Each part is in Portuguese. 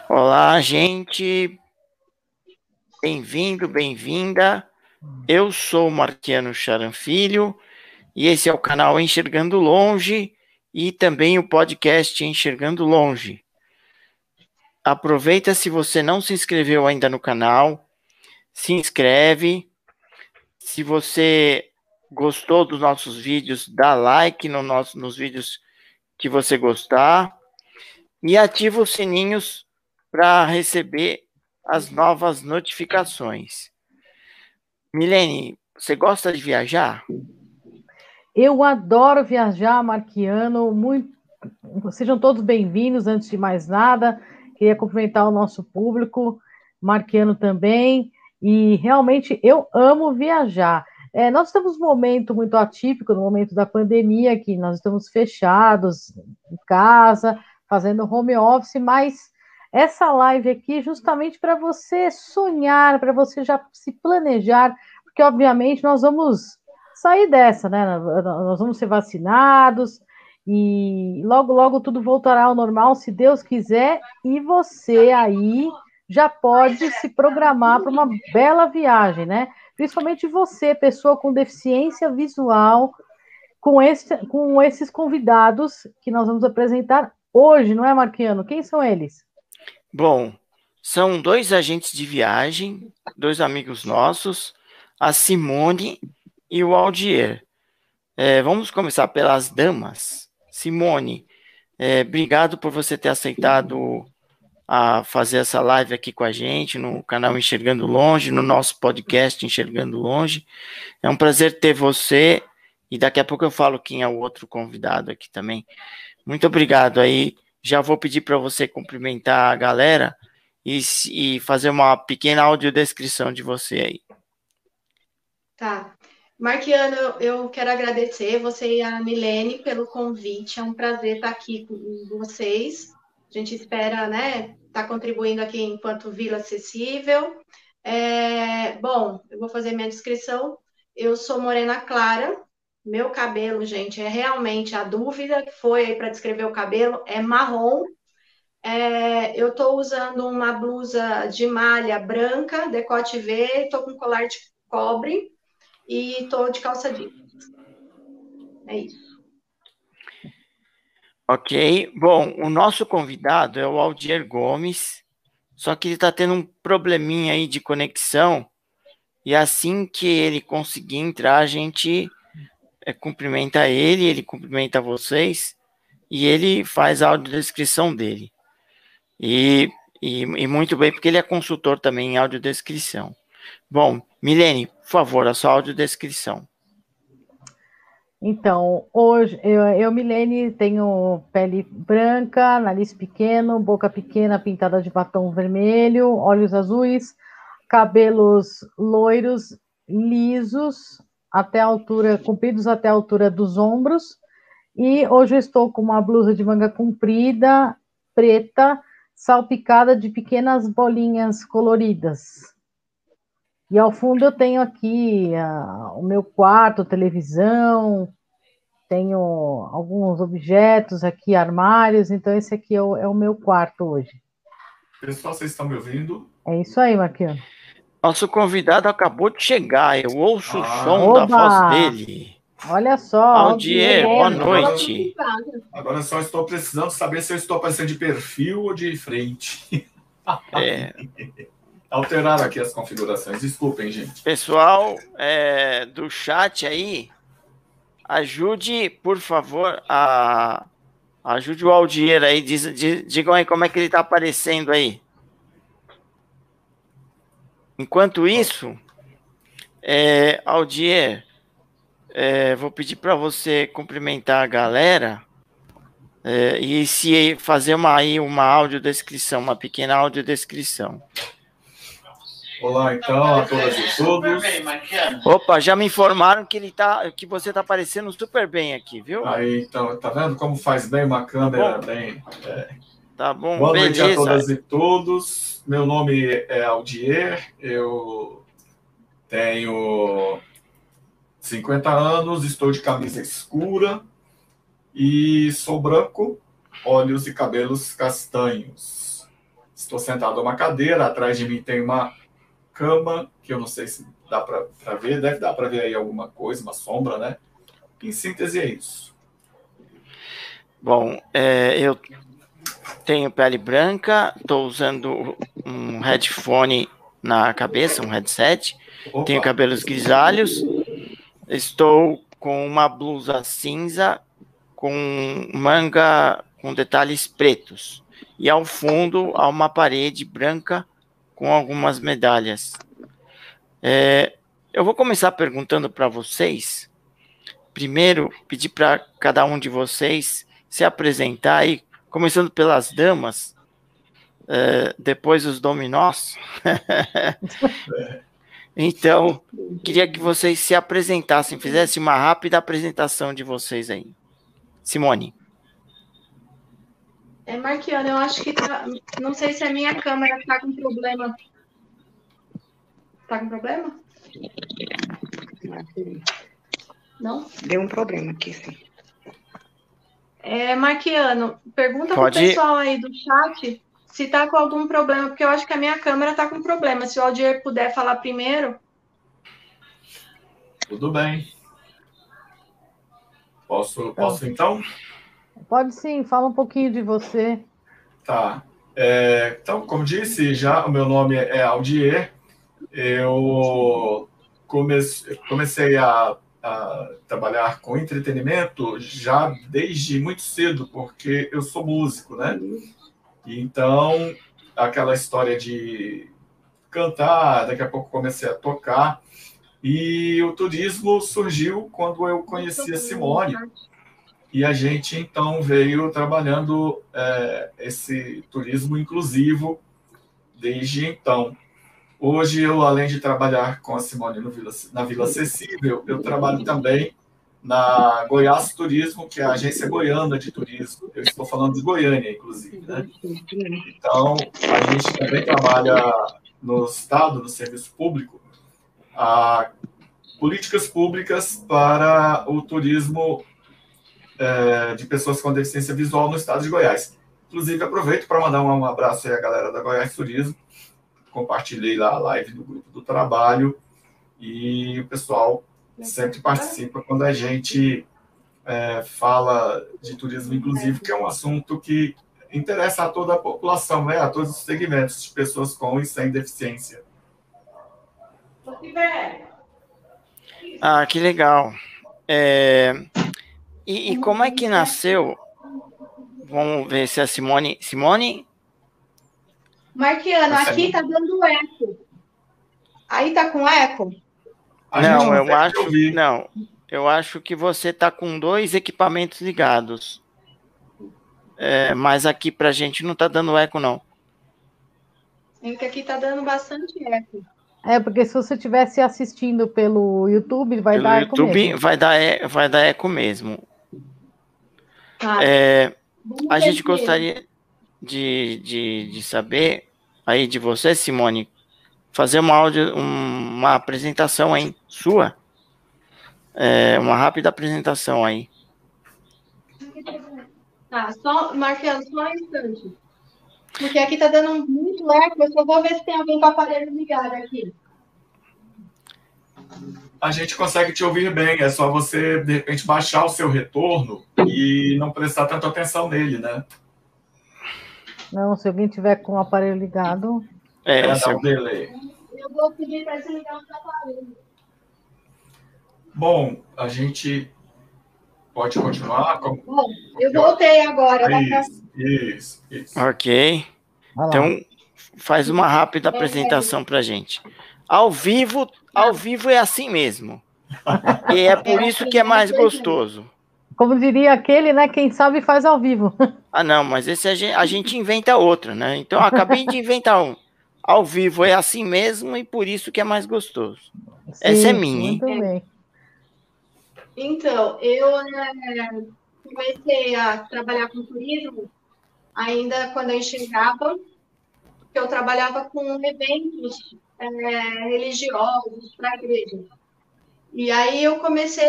Olá, gente. Bem-vindo, bem-vinda. Eu sou Marquiano Charan Filho e esse é o canal Enxergando Longe e também o podcast Enxergando Longe. Aproveita, se você não se inscreveu ainda no canal, se inscreve. Se você gostou dos nossos vídeos, dá like nos vídeos que você gostar e ativa os sininhos para receber as novas notificações. Milene, você gosta de viajar? Eu adoro viajar, Marquiano. Sejam todos bem-vindos. Antes de mais nada, queria cumprimentar o nosso público, Marquiano também. E realmente eu amo viajar. Nós estamos num momento muito atípico, no momento da pandemia, que nós estamos fechados em casa, fazendo home office, mas essa live aqui é justamente para você sonhar, para você já se planejar, porque obviamente nós vamos sair dessa, né? Nós vamos ser vacinados e logo, logo tudo voltará ao normal, se Deus quiser, e você aí já pode se programar para uma bela viagem, né? Principalmente você, pessoa com deficiência visual, com esses convidados que nós vamos apresentar hoje, não é, Marquiano? Quem são eles? Bom, são dois agentes de viagem, dois amigos nossos, a Simone e o Aldier. Vamos começar pelas damas. Simone, obrigado por você ter aceitado a fazer essa live aqui com a gente no canal Enxergando Longe, no nosso podcast Enxergando Longe. É um prazer ter você e daqui a pouco eu falo quem é o outro convidado aqui também. Muito obrigado aí. Já vou pedir para você cumprimentar a galera e fazer uma pequena audiodescrição de você aí. Tá. Marquiano, eu quero agradecer você e a Milene pelo convite. É um prazer estar aqui com vocês. A gente espera, né, estar contribuindo aqui enquanto Vila Acessível. Bom, eu vou fazer minha descrição. Eu sou morena clara. Meu cabelo, gente, é realmente a dúvida que foi aí para descrever o cabelo, é marrom. Eu estou usando uma blusa de malha branca, decote V, estou com colar de cobre e estou de calça jeans. É isso. Ok. Bom, o nosso convidado é o Aldier Gomes, só que ele está tendo um probleminha aí de conexão e assim que ele conseguir entrar, a gente cumprimenta ele cumprimenta vocês e ele faz a audiodescrição dele. E muito bem, porque ele é consultor também em audiodescrição. Bom, Milene, por favor, a sua audiodescrição. Então, hoje, Milene, tenho pele branca, nariz pequeno, boca pequena pintada de batom vermelho, olhos azuis, cabelos loiros, lisos, até a altura, compridos até a altura dos ombros. E hoje eu estou com uma blusa de manga comprida, preta, salpicada de pequenas bolinhas coloridas. E ao fundo eu tenho aqui o meu quarto, televisão, tenho alguns objetos aqui, armários, então esse aqui é o meu quarto hoje. Pessoal, vocês estão me ouvindo? É isso aí, Marquiano. Nosso convidado acabou de chegar, eu ouço o som da voz dele. Olha só. Aldier, boa noite. Agora só estou precisando saber se eu estou aparecendo de perfil ou de frente. Alteraram aqui as configurações, desculpem, gente. Pessoal do chat aí, ajude, por favor, ajude o Aldier aí, digam aí como é que ele está aparecendo aí. Enquanto isso, Aldier, vou pedir para você cumprimentar a galera e se fazer uma audiodescrição, uma pequena audiodescrição. Olá, então, a todas e todos. Opa, já me informaram que você está aparecendo super bem aqui, viu? Aí, então, tá vendo como faz bem uma câmera? Bem, Tá bom, boa beleza. Noite a todas e todos. Meu nome é Aldier, eu tenho 50 anos, estou de camisa escura e sou branco, olhos e cabelos castanhos. Estou sentado numa cadeira, atrás de mim tem uma cama, que eu não sei se dá para ver, deve dar para ver aí alguma coisa, uma sombra, né? Em síntese, é isso. Bom, eu tenho pele branca, estou usando um headphone na cabeça, um headset. Opa. Tenho cabelos grisalhos. Estou com uma blusa cinza com manga com detalhes pretos. E ao fundo há uma parede branca com algumas medalhas. Eu vou começar perguntando para vocês. Primeiro, pedir para cada um de vocês se apresentar aí, começando pelas damas, depois os dominós. Então, queria que vocês se apresentassem, fizessem uma rápida apresentação de vocês aí. Simone. Marquiano, eu acho que não sei se a minha câmera está com problema. Está com problema? Não? Deu um problema aqui, sim. Marquiano, pergunta para o pessoal aí do chat se está com algum problema, porque eu acho que a minha câmera está com problema. Se o Aldir puder falar primeiro. Tudo bem. Posso então? Pode sim, fala um pouquinho de você. Tá. Então, como disse, já o meu nome é Aldier. Eu comecei a trabalhar com entretenimento já desde muito cedo, porque eu sou músico, né? Então, aquela história de cantar, daqui a pouco comecei a tocar, e o turismo surgiu quando eu conheci a Simone, e a gente, então, veio trabalhando esse turismo inclusivo desde então. Hoje, eu, além de trabalhar com a Simone na Vila Acessível, eu trabalho também na Goiás Turismo, que é a agência goiana de turismo. Eu estou falando de Goiânia, inclusive, né? Então, a gente também trabalha no Estado, no serviço público, políticas públicas para o turismo de pessoas com deficiência visual no estado de Goiás. Inclusive, aproveito para mandar um abraço aí à galera da Goiás Turismo. Compartilhei lá a live do grupo do trabalho e o pessoal sempre participa quando a gente fala de turismo inclusivo, que é um assunto que interessa a toda a população, né? A todos os segmentos de pessoas com e sem deficiência. Ah, que legal. E como é que nasceu? Vamos ver se a Simone... Simone? Marquiano, aqui tá dando eco. Aí tá com eco? Não, eu acho que você tá com 2 equipamentos ligados. Mas aqui pra gente não tá dando eco, não. Aqui tá dando bastante eco. Porque se você estivesse assistindo pelo YouTube, vai dar eco mesmo. Vai dar eco mesmo. Tá. A gente gostaria de saber aí de você, Simone, fazer uma apresentação aí sua. Uma rápida apresentação aí. Tá, Marquiano, só um instante. Porque aqui tá dando muito eco, eu só vou ver se tem alguém com o aparelho ligado aqui. A gente consegue te ouvir bem, é só você, de repente, baixar o seu retorno e não prestar tanta atenção nele, né? Não, se alguém tiver com o aparelho ligado... Dá um delay. Eu vou pedir para desligar o aparelho. Bom, a gente pode continuar? Bom, eu voltei agora. Isso. Ok. Então, faz uma rápida apresentação pra gente. Ao vivo é assim mesmo. E é por isso que é mais gostoso. Como diria aquele, né? Quem sabe faz ao vivo. Ah, não, mas esse a gente inventa outro, né? Então, eu acabei de inventar um. Ao vivo é assim mesmo e por isso que é mais gostoso. Sim, essa é minha, hein? Muito bem. Então, eu comecei a trabalhar com turismo ainda quando eu enxergava, que eu trabalhava com eventos religiosos para a igreja. E aí eu comecei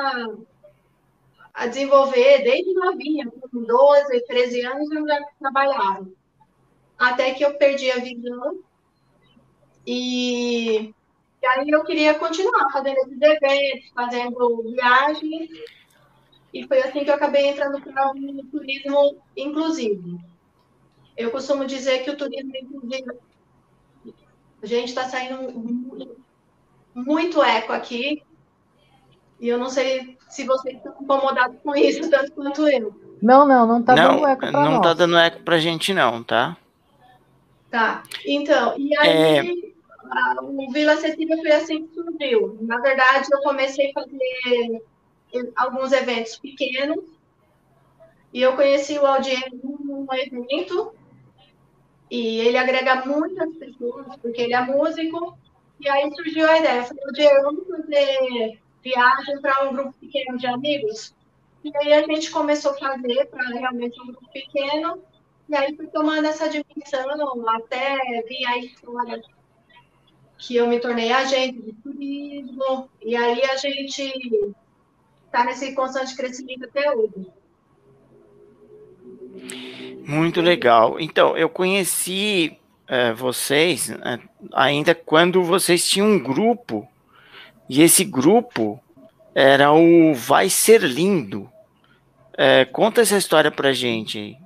a desenvolver, desde novinha, com 12, 13 anos, eu já trabalhava. até que eu perdi a visão. E aí eu queria continuar fazendo esses eventos, fazendo viagens, e foi assim que eu acabei entrando para o turismo inclusivo. Eu costumo dizer que o turismo inclusivo, a gente está saindo muito eco aqui, e eu não sei se vocês estão incomodados com isso, tanto quanto eu. Não tá dando eco para não nós. tá dando eco pra gente não, tá? Tá, então, e aí o Vila Acessível foi assim que surgiu. Na verdade, eu comecei a fazer alguns eventos pequenos, e eu conheci o Aldir num evento, e ele agrega muitas pessoas, porque ele é músico, e aí surgiu a ideia, eu falei, Aldir, vamos fazer viagem para um grupo pequeno de amigos? E aí a gente começou a fazer para realmente um grupo pequeno, e aí fui tomando essa dimensão, até vir a história que eu me tornei agente de turismo, e aí a gente está nesse constante crescimento até hoje. Muito legal. Então, eu conheci vocês ainda quando vocês tinham um grupo, e esse grupo era o Vai Ser Lindo. Conta essa história pra gente aí.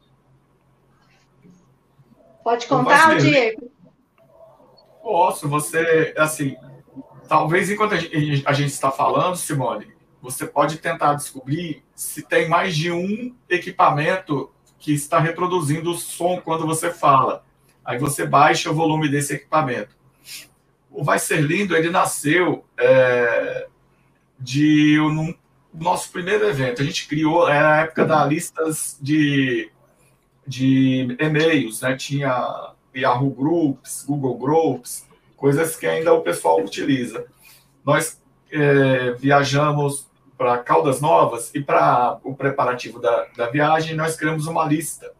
Pode contar, Diego? Posso, você, assim, talvez enquanto a gente está falando, Simone, você pode tentar descobrir se tem mais de um equipamento que está reproduzindo o som quando você fala. Aí você baixa o volume desse equipamento. O Vai Ser Lindo, ele nasceu no nosso primeiro evento. A gente criou, era a época das listas de e-mails, né? Tinha Yahoo Groups, Google Groups, coisas que ainda o pessoal utiliza. Nós viajamos para Caldas Novas, e para o preparativo da viagem nós criamos uma lista.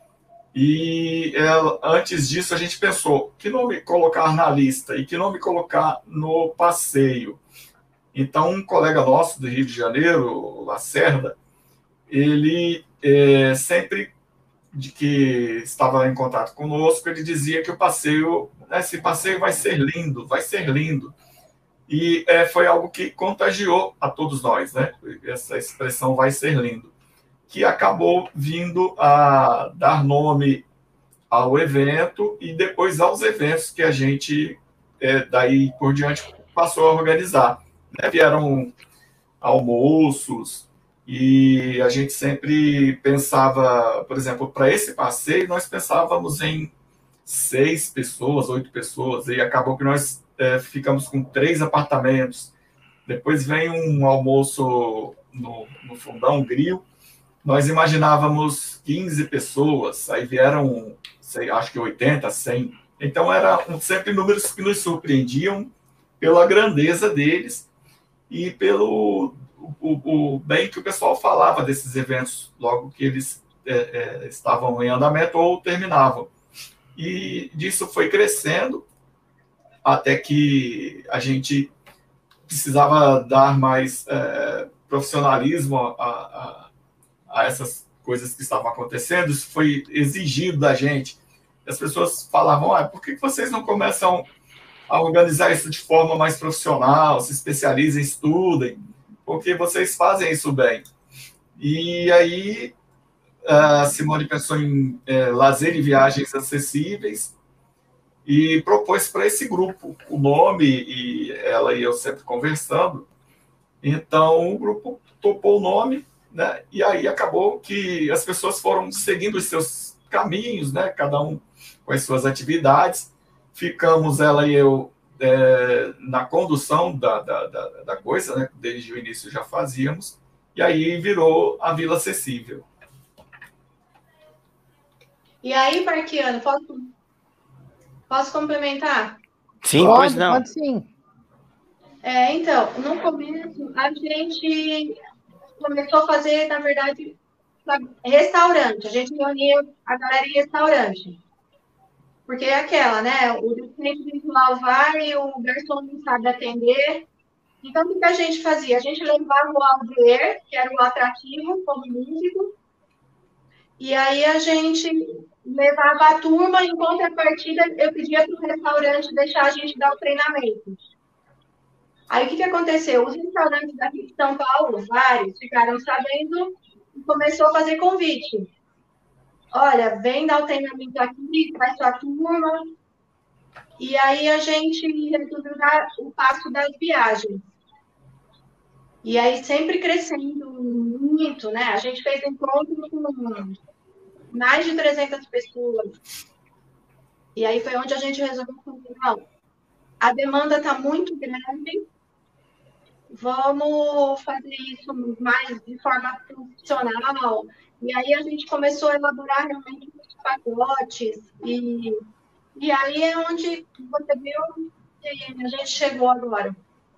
E antes disso a gente pensou que nome colocar na lista e que nome colocar no passeio. Então um colega nosso do Rio de Janeiro, o Lacerda, ele sempre de que estava em contato conosco, ele dizia que esse passeio vai ser lindo, vai ser lindo. E foi algo que contagiou a todos nós, né? Essa expressão vai ser lindo, que acabou vindo a dar nome ao evento e depois aos eventos que a gente, daí por diante, passou a organizar. Né? Vieram almoços, e a gente sempre pensava, por exemplo, para esse passeio, nós pensávamos em 6 pessoas, 8 pessoas, e acabou que nós ficamos com 3 apartamentos. Depois vem um almoço no fundão, um grill. Nós imaginávamos 15 pessoas, aí vieram, acho que 80, 100. Então, eram sempre números que nos surpreendiam pela grandeza deles e pelo o bem que o pessoal falava desses eventos logo que eles estavam em andamento ou terminavam. E disso foi crescendo até que a gente precisava dar mais profissionalismo a essas coisas que estavam acontecendo. Isso foi exigido da gente. As pessoas falavam, por que vocês não começam a organizar isso de forma mais profissional, se especializem, estudem, porque vocês fazem isso bem. E aí a Simone pensou em lazer e viagens acessíveis e propôs para esse grupo o nome, e ela e eu sempre conversando. Então o grupo topou o nome, né? E aí acabou que as pessoas foram seguindo os seus caminhos, né? Cada um com as suas atividades. Ficamos, ela e eu, na condução da coisa, né? Desde o início já fazíamos, e aí virou a Vila Acessível. E aí, Marquiano, posso complementar? Sim, pois não. Pode sim. Então, no começo, a gente começou a fazer, na verdade, restaurante. A gente reunia a galera em restaurante. Porque é aquela, né? O deficiente visual vai e o garçom não sabe atender. Então, o que a gente fazia? A gente levava o Aldir, que era o atrativo, como músico, e aí a gente levava a turma, em contrapartida, eu pedia para o restaurante deixar a gente dar o treinamento. Aí, o que aconteceu? Os restaurantes daqui de São Paulo, vários, ficaram sabendo e começou a fazer convite. Olha, vem dar o treinamento aqui, traz sua turma. E aí, a gente resolveu dar o passo das viagens. E aí, sempre crescendo muito, né? A gente fez encontro com mais de 300 pessoas. E aí foi onde a gente resolveu falar, não, a demanda está muito grande, vamos fazer isso mais de forma profissional. E aí a gente começou a elaborar realmente os pacotes. E aí é onde você viu que a gente chegou agora.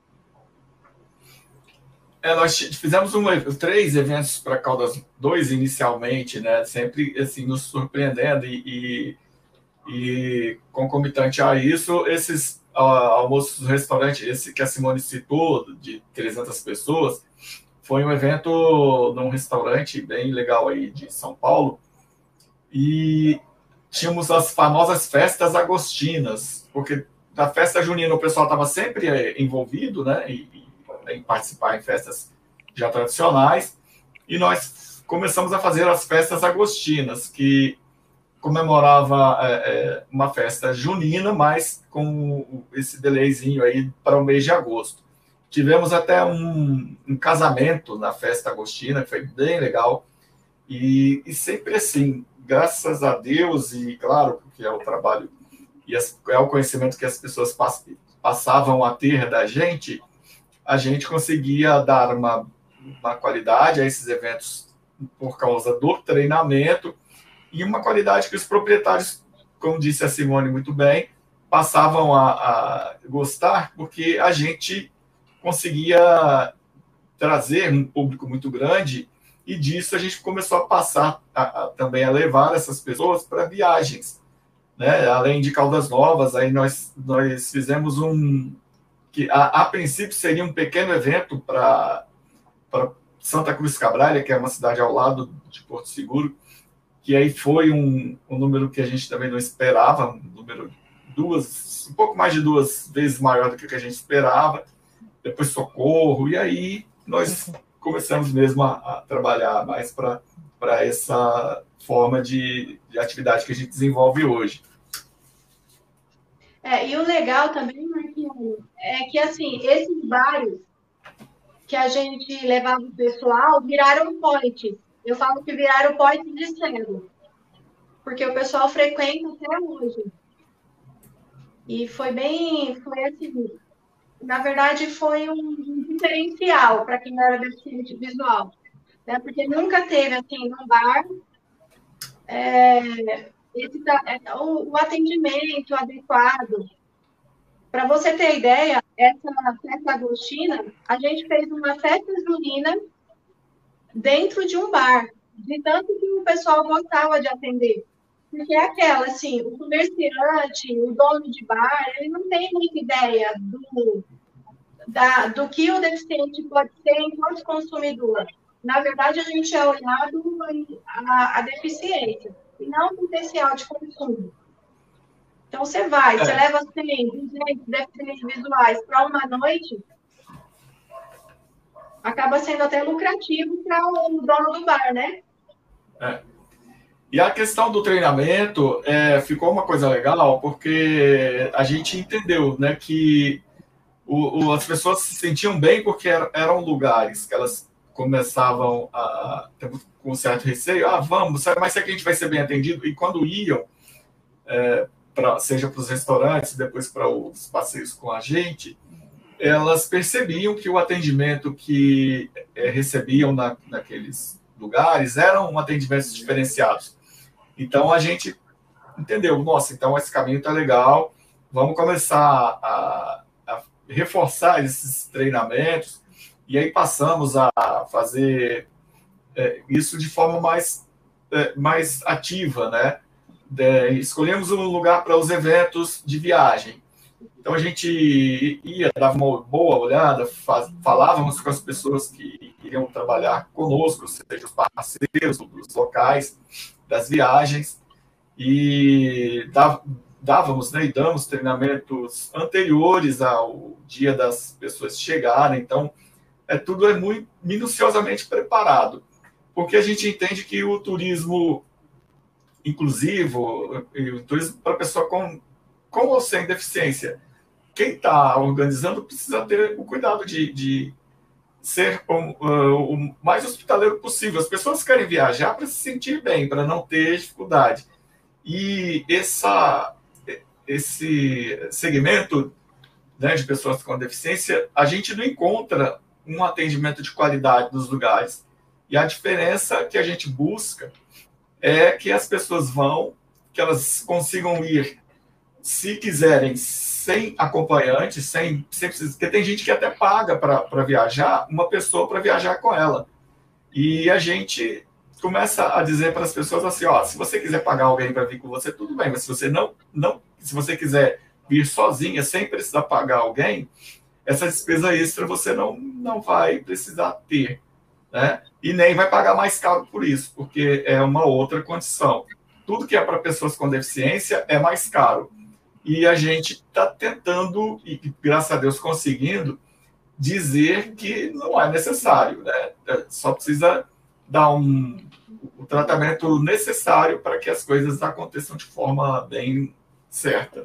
Nós fizemos 3 eventos para Caldas 2 inicialmente, né? Sempre assim, nos surpreendendo e concomitante a isso, esses almoços do restaurante, esse que a Simone citou, de 300 pessoas, foi um evento num restaurante bem legal aí de São Paulo, e tínhamos as famosas festas agostinas, porque da festa junina o pessoal estava sempre envolvido, né, em participar em festas já tradicionais, e nós começamos a fazer as festas agostinas, que comemorava uma festa junina, mas com esse delayzinho aí para o mês de agosto. Tivemos até um casamento na festa agostina, que foi bem legal, e sempre assim, graças a Deus, e claro, que é o trabalho, e é o conhecimento que as pessoas passavam a ter da gente, a gente conseguia dar uma qualidade a esses eventos por causa do treinamento, e uma qualidade que os proprietários, como disse a Simone muito bem, passavam a gostar, porque a gente conseguia trazer um público muito grande, e disso a gente começou a passar também a levar essas pessoas para viagens, né? Além de Caldas Novas, aí nós fizemos que a princípio seria um pequeno evento para Santa Cruz Cabrália, que é uma cidade ao lado de Porto Seguro, que aí foi um número que a gente também não esperava, um número um pouco mais de 2 vezes maior do que a gente esperava, depois Socorro, e aí nós começamos mesmo a trabalhar mais para essa forma de atividade que a gente desenvolve hoje. E o legal também, Marquinhos, é que, assim, esses bares que a gente levava o pessoal viraram points. Eu falo que viraram points de cego, porque o pessoal frequenta até hoje. E foi assim, na verdade, foi um diferencial para quem era deficiente visual, né? Porque nunca teve, assim, num bar, o atendimento adequado. Para você ter ideia, essa festa agostina, a gente fez uma festa junina dentro de um bar, de tanto que o pessoal gostava de atender. Porque é aquela, assim, o comerciante, o dono de bar, ele não tem muita ideia do que o deficiente pode ser enquanto consumidor. Na verdade, a gente é olhado a deficiência, e não o potencial de consumo. Então, você leva 100, 200 deficientes visuais para uma noite, acaba sendo até lucrativo para o dono do bar, né? E a questão do treinamento ficou uma coisa legal, porque a gente entendeu, né, que as pessoas se sentiam bem porque eram lugares que elas começavam a ter com um certo receio, vamos, mas será que a gente vai ser bem atendido? E quando iam, seja para os restaurantes, depois para os passeios com a gente, elas percebiam que o atendimento que recebiam naqueles lugares eram atendimentos diferenciados. Então, a gente entendeu, nossa, então esse caminho está legal, vamos começar a reforçar esses treinamentos, e aí passamos a fazer isso de forma mais ativa, né? Escolhemos um lugar para os eventos de viagem. Então, a gente dava uma boa olhada, falávamos com as pessoas que iriam trabalhar conosco, seja os parceiros dos locais, das viagens, e dávamos, né, e damos treinamentos anteriores ao dia das pessoas chegarem, então tudo é muito minuciosamente preparado, porque a gente entende que o turismo inclusivo, o turismo para pessoa com ou sem deficiência, quem está organizando precisa ter o cuidado de ser o mais hospitaleiro possível. As pessoas querem viajar para se sentir bem, para não ter dificuldade. E esse segmento, né, de pessoas com deficiência, a gente não encontra um atendimento de qualidade nos lugares. E a diferença que a gente busca é que as pessoas vão, que elas consigam ir, se quiserem, sem acompanhante, sem precisar, porque tem gente que até paga para viajar, uma pessoa para viajar com ela. E a gente começa a dizer para as pessoas assim, ó, se você quiser pagar alguém para vir com você, tudo bem, mas se você se você quiser vir sozinha, sem precisar pagar alguém, essa despesa extra você não vai precisar ter, né? E nem vai pagar mais caro por isso, porque é uma outra condição. Tudo que é para pessoas com deficiência é mais caro. E a gente está tentando, e graças a Deus conseguindo, dizer que não é necessário, né? Só precisa dar o tratamento necessário para que as coisas aconteçam de forma bem certa.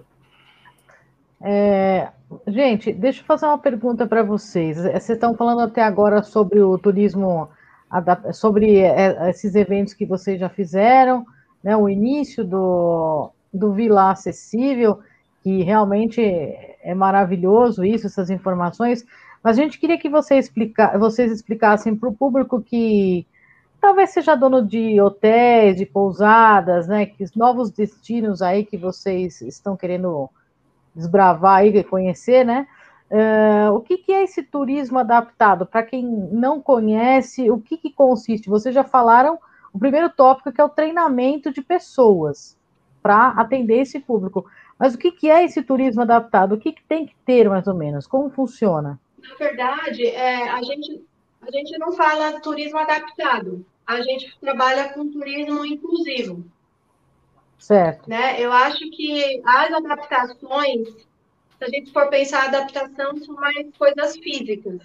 Gente, deixa eu fazer uma pergunta para vocês. Vocês estão falando até agora sobre o turismo, sobre esses eventos que vocês já fizeram, né? O início do Vila Acessível, que realmente é maravilhoso isso, essas informações, mas a gente queria que vocês explicassem para o público que talvez seja dono de hotéis, de pousadas, né? Que novos destinos aí que vocês estão querendo desbravar aí, conhecer, né? O que é esse turismo adaptado? Para quem não conhece, o que consiste? Vocês já falaram o primeiro tópico, que é o treinamento de pessoas para atender esse público. Mas o que é esse turismo adaptado? O que tem que ter, mais ou menos? Como funciona? Na verdade, a gente não fala turismo adaptado. A gente trabalha com turismo inclusivo. Certo. Né? Eu acho que as adaptações, se a gente for pensar, a adaptação são mais coisas físicas.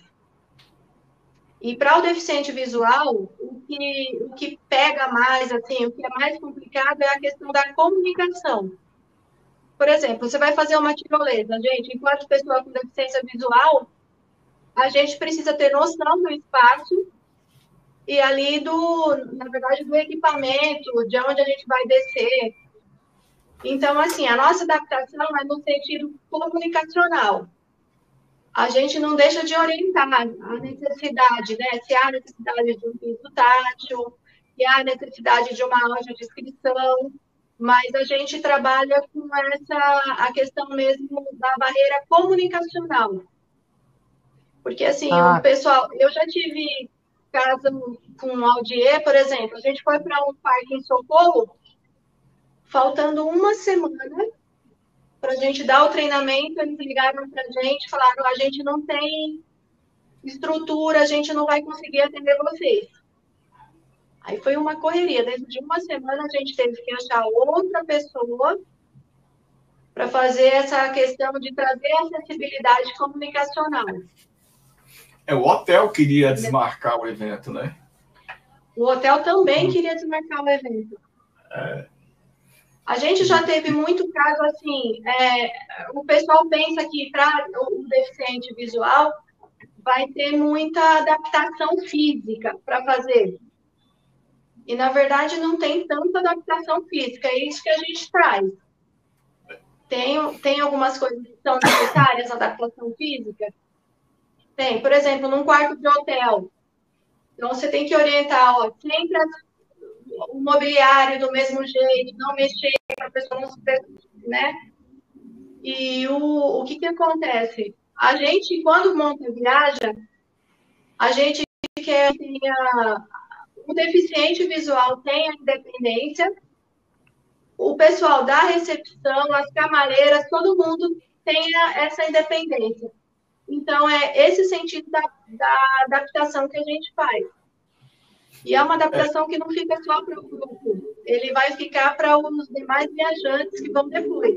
E para o deficiente visual, o que pega mais, assim, o que é mais complicado é a questão da comunicação. Por exemplo, você vai fazer uma tirolesa, gente, enquanto pessoa com deficiência visual, a gente precisa ter noção do espaço e ali na verdade, do equipamento, de onde a gente vai descer. Então, assim, a nossa adaptação é no sentido comunicacional. A gente não deixa de orientar a necessidade, né? Se há necessidade de um piso tátil, se há necessidade de uma audiodescrição, mas a gente trabalha com a questão mesmo da barreira comunicacional. Porque, assim, o pessoal... Eu já tive caso com o Aldier, por exemplo, a gente foi para um parque em Socorro, faltando uma semana para a gente dar o treinamento, eles ligaram para a gente, falaram, a gente não tem estrutura, a gente não vai conseguir atender vocês. Aí foi uma correria, dentro de uma semana a gente teve que achar outra pessoa para fazer essa questão de trazer acessibilidade comunicacional. O hotel queria desmarcar o evento, né? O hotel também queria desmarcar o evento. A gente já teve muito caso assim, o pessoal pensa que para o deficiente visual vai ter muita adaptação física para fazer. E, na verdade, não tem tanta adaptação física, é isso que a gente traz. Tem algumas coisas que são necessárias, adaptação física? Tem, por exemplo, num quarto de hotel. Então, você tem que orientar, sempre o mobiliário do mesmo jeito, não mexer para a pessoa não se... né? E o que acontece? A gente, quando monta a viagem, a gente quer que o deficiente visual tenha independência, o pessoal da recepção, as camareiras, todo mundo tenha essa independência. Então, é esse sentido da adaptação que a gente faz. E é uma adaptação que não fica só para o grupo. ele vai ficar para os demais viajantes que vão depois.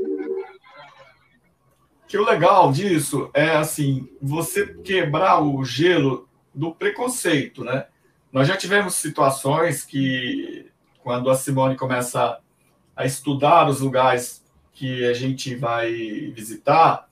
Que o legal disso é, assim, você quebrar o gelo do preconceito, né? Nós já tivemos situações que, quando a Simone começa a estudar os lugares que a gente vai visitar,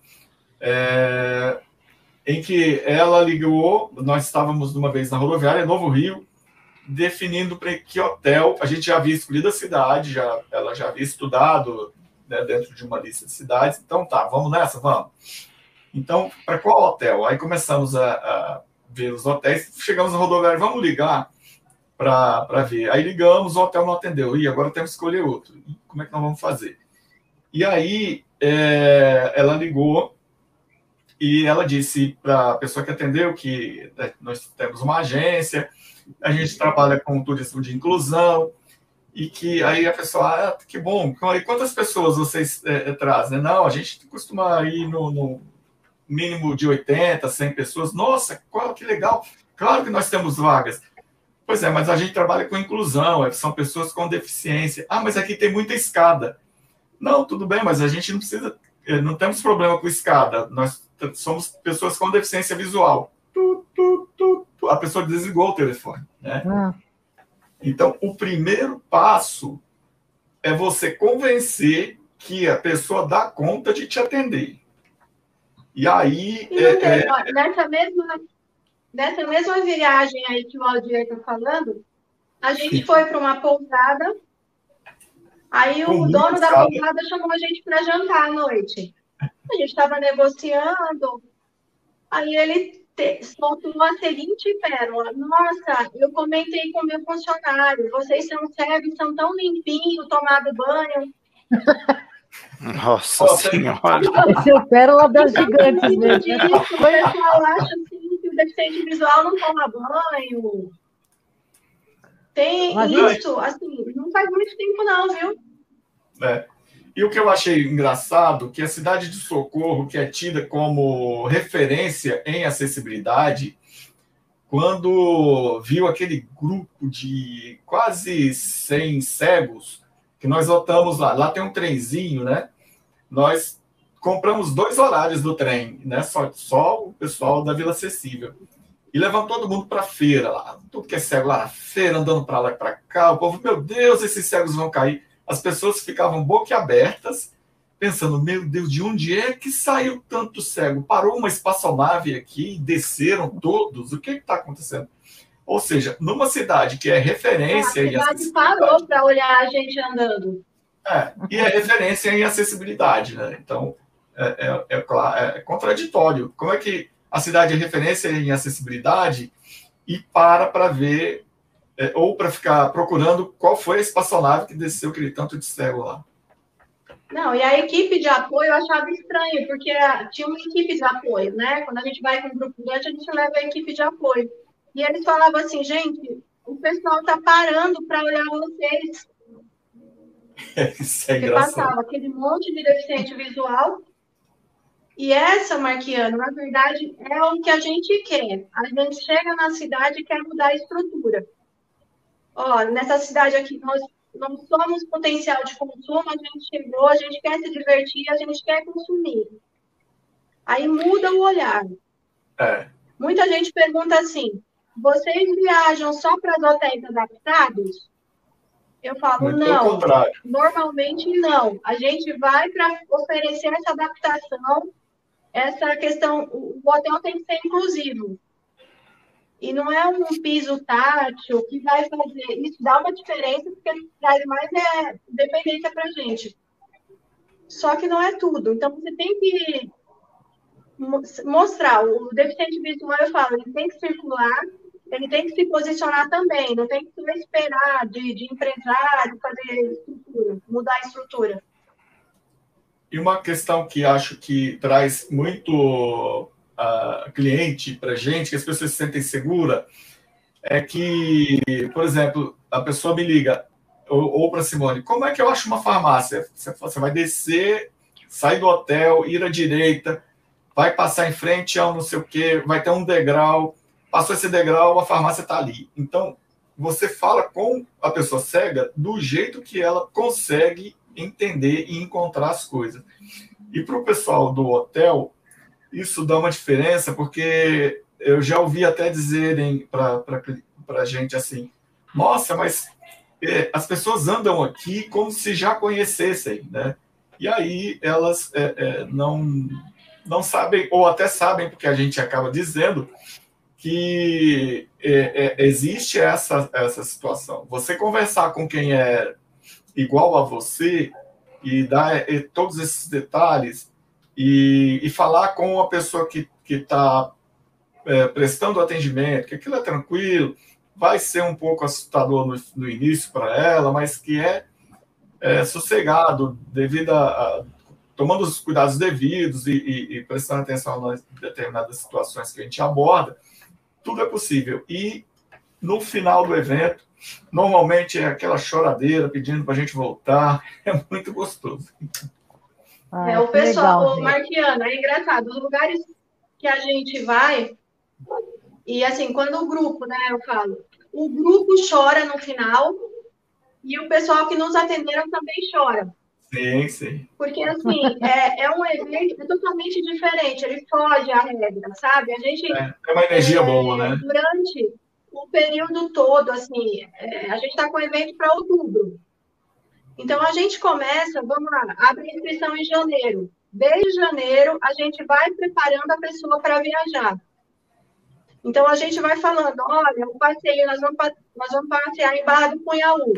em que ela ligou, nós estávamos uma vez na rodoviária, Novo Rio, definindo para que hotel, a gente já havia escolhido a cidade, ela já havia estudado, né, dentro de uma lista de cidades, então tá, vamos nessa, vamos. Então, para qual hotel? Aí começamos a ver os hotéis, chegamos na rodoviária, vamos ligar para ver. Aí ligamos, o hotel não atendeu, e agora temos que escolher outro. E como é que nós vamos fazer? E aí ela ligou e ela disse para a pessoa que atendeu que nós temos uma agência, a gente trabalha com turismo de inclusão, e que aí a pessoa, que bom, e quantas pessoas vocês trazem? Não, a gente costuma ir no mínimo de 80, 100 pessoas. Nossa, que legal, claro que nós temos vagas. Pois é, mas a gente trabalha com inclusão, são pessoas com deficiência. Ah, mas aqui tem muita escada. Não, tudo bem, mas a gente não precisa, não temos problema com escada, nós somos pessoas com deficiência visual. A pessoa desligou o telefone, né? Então, o primeiro passo é você convencer que a pessoa dá conta de te atender. E aí... Nessa mesma viagem aí que o Aldir está falando, a gente foi para uma pousada, aí o dono da pousada chamou a gente para jantar à noite. A gente estava negociando, aí ele soltou a seguinte pérola: nossa, eu comentei com o meu funcionário, vocês são sérios, são tão limpinhos, tomado banho. Nossa Senhora! Esse é o pérola das gigantes mesmo. O pessoal acha assim que o deficiente visual não toma banho. Tem isso, assim, não faz muito tempo não, viu? E o que eu achei engraçado, que a cidade de Socorro, que é tida como referência em acessibilidade, quando viu aquele grupo de quase 100 cegos, que nós lotamos lá tem um trenzinho, né? Nós compramos 2 horários do trem, né? Só o pessoal da Vila Acessível. E levamos todo mundo para a feira lá. Tudo que é cego lá na feira, andando para lá e para cá. O povo, meu Deus, esses cegos vão cair. As pessoas ficavam boquiabertas, pensando, meu Deus, de onde é que saiu tanto cego? Parou uma espaçonave aqui, desceram todos, o que está acontecendo? Ou seja, numa cidade que é referência... A cidade parou para olhar a gente andando. E é referência em acessibilidade, né? Então, é contraditório. Como é que a cidade é referência em acessibilidade e para ver... ou para ficar procurando qual foi a espaçonave que desceu aquele tanto de cego lá. Não, e a equipe de apoio eu achava estranho, porque tinha uma equipe de apoio, né? Quando a gente vai com um grupo grande, a gente leva a equipe de apoio. E eles falavam assim, gente, o pessoal está parando para olhar vocês. Isso é porque engraçado. Passava aquele monte de deficiente visual. E essa, Marquiano, na verdade, é o que a gente quer. A gente chega na cidade e quer mudar a estrutura. Ó, nessa cidade aqui, nós não somos potencial de consumo, a gente chegou, a gente quer se divertir, a gente quer consumir. Aí muda o olhar. Muita gente pergunta assim, vocês viajam só para os hotéis adaptados? Eu falo, muito não, normalmente não. A gente vai para oferecer essa adaptação, essa questão, o hotel tem que ser inclusivo. E não é um piso tátil que vai fazer... Isso dá uma diferença, porque ele traz mais dependência para a gente. Só que não é tudo. Então, você tem que mostrar. O deficiente visual, eu falo, ele tem que circular, ele tem que se posicionar também. Não tem que só esperar de empresário fazer estrutura, mudar a estrutura. E uma questão que acho que traz muito... cliente para gente, que as pessoas se sentem seguras, é que, por exemplo, a pessoa me liga, ou para Simone, como é que eu acho uma farmácia? Você vai descer, sair do hotel, ir à direita, vai passar em frente ao não sei o quê, vai ter um degrau, passou esse degrau, a farmácia está ali. Então, você fala com a pessoa cega do jeito que ela consegue entender e encontrar as coisas. E para o pessoal do hotel, isso dá uma diferença, porque eu já ouvi até dizerem para a gente assim, nossa, mas as pessoas andam aqui como se já conhecessem, né? E aí elas não sabem, ou até sabem, porque a gente acaba dizendo que existe essa situação. Você conversar com quem é igual a você e dar todos esses detalhes e falar com a pessoa que está prestando atendimento, que aquilo é tranquilo, vai ser um pouco assustador no início para ela, mas que é sossegado, devido tomando os cuidados devidos e prestando atenção em determinadas situações que a gente aborda, tudo é possível. E no final do evento, normalmente é aquela choradeira pedindo para a gente voltar, é muito gostoso. O pessoal, Marquiano, é engraçado, os lugares que a gente vai, e assim, quando o grupo, né, eu falo, o grupo chora no final e o pessoal que nos atenderam também chora. Sim, sim. Porque, assim, é um evento totalmente diferente, ele foge à regra, sabe? A gente... É uma energia boa, né? Durante o período todo, assim, a gente está com o evento para outubro. Então, a gente começa, vamos lá, abre a inscrição em janeiro. Desde janeiro, a gente vai preparando a pessoa para viajar. Então, a gente vai falando, olha, o passeio, nós vamos passear em Barra do Punhaú.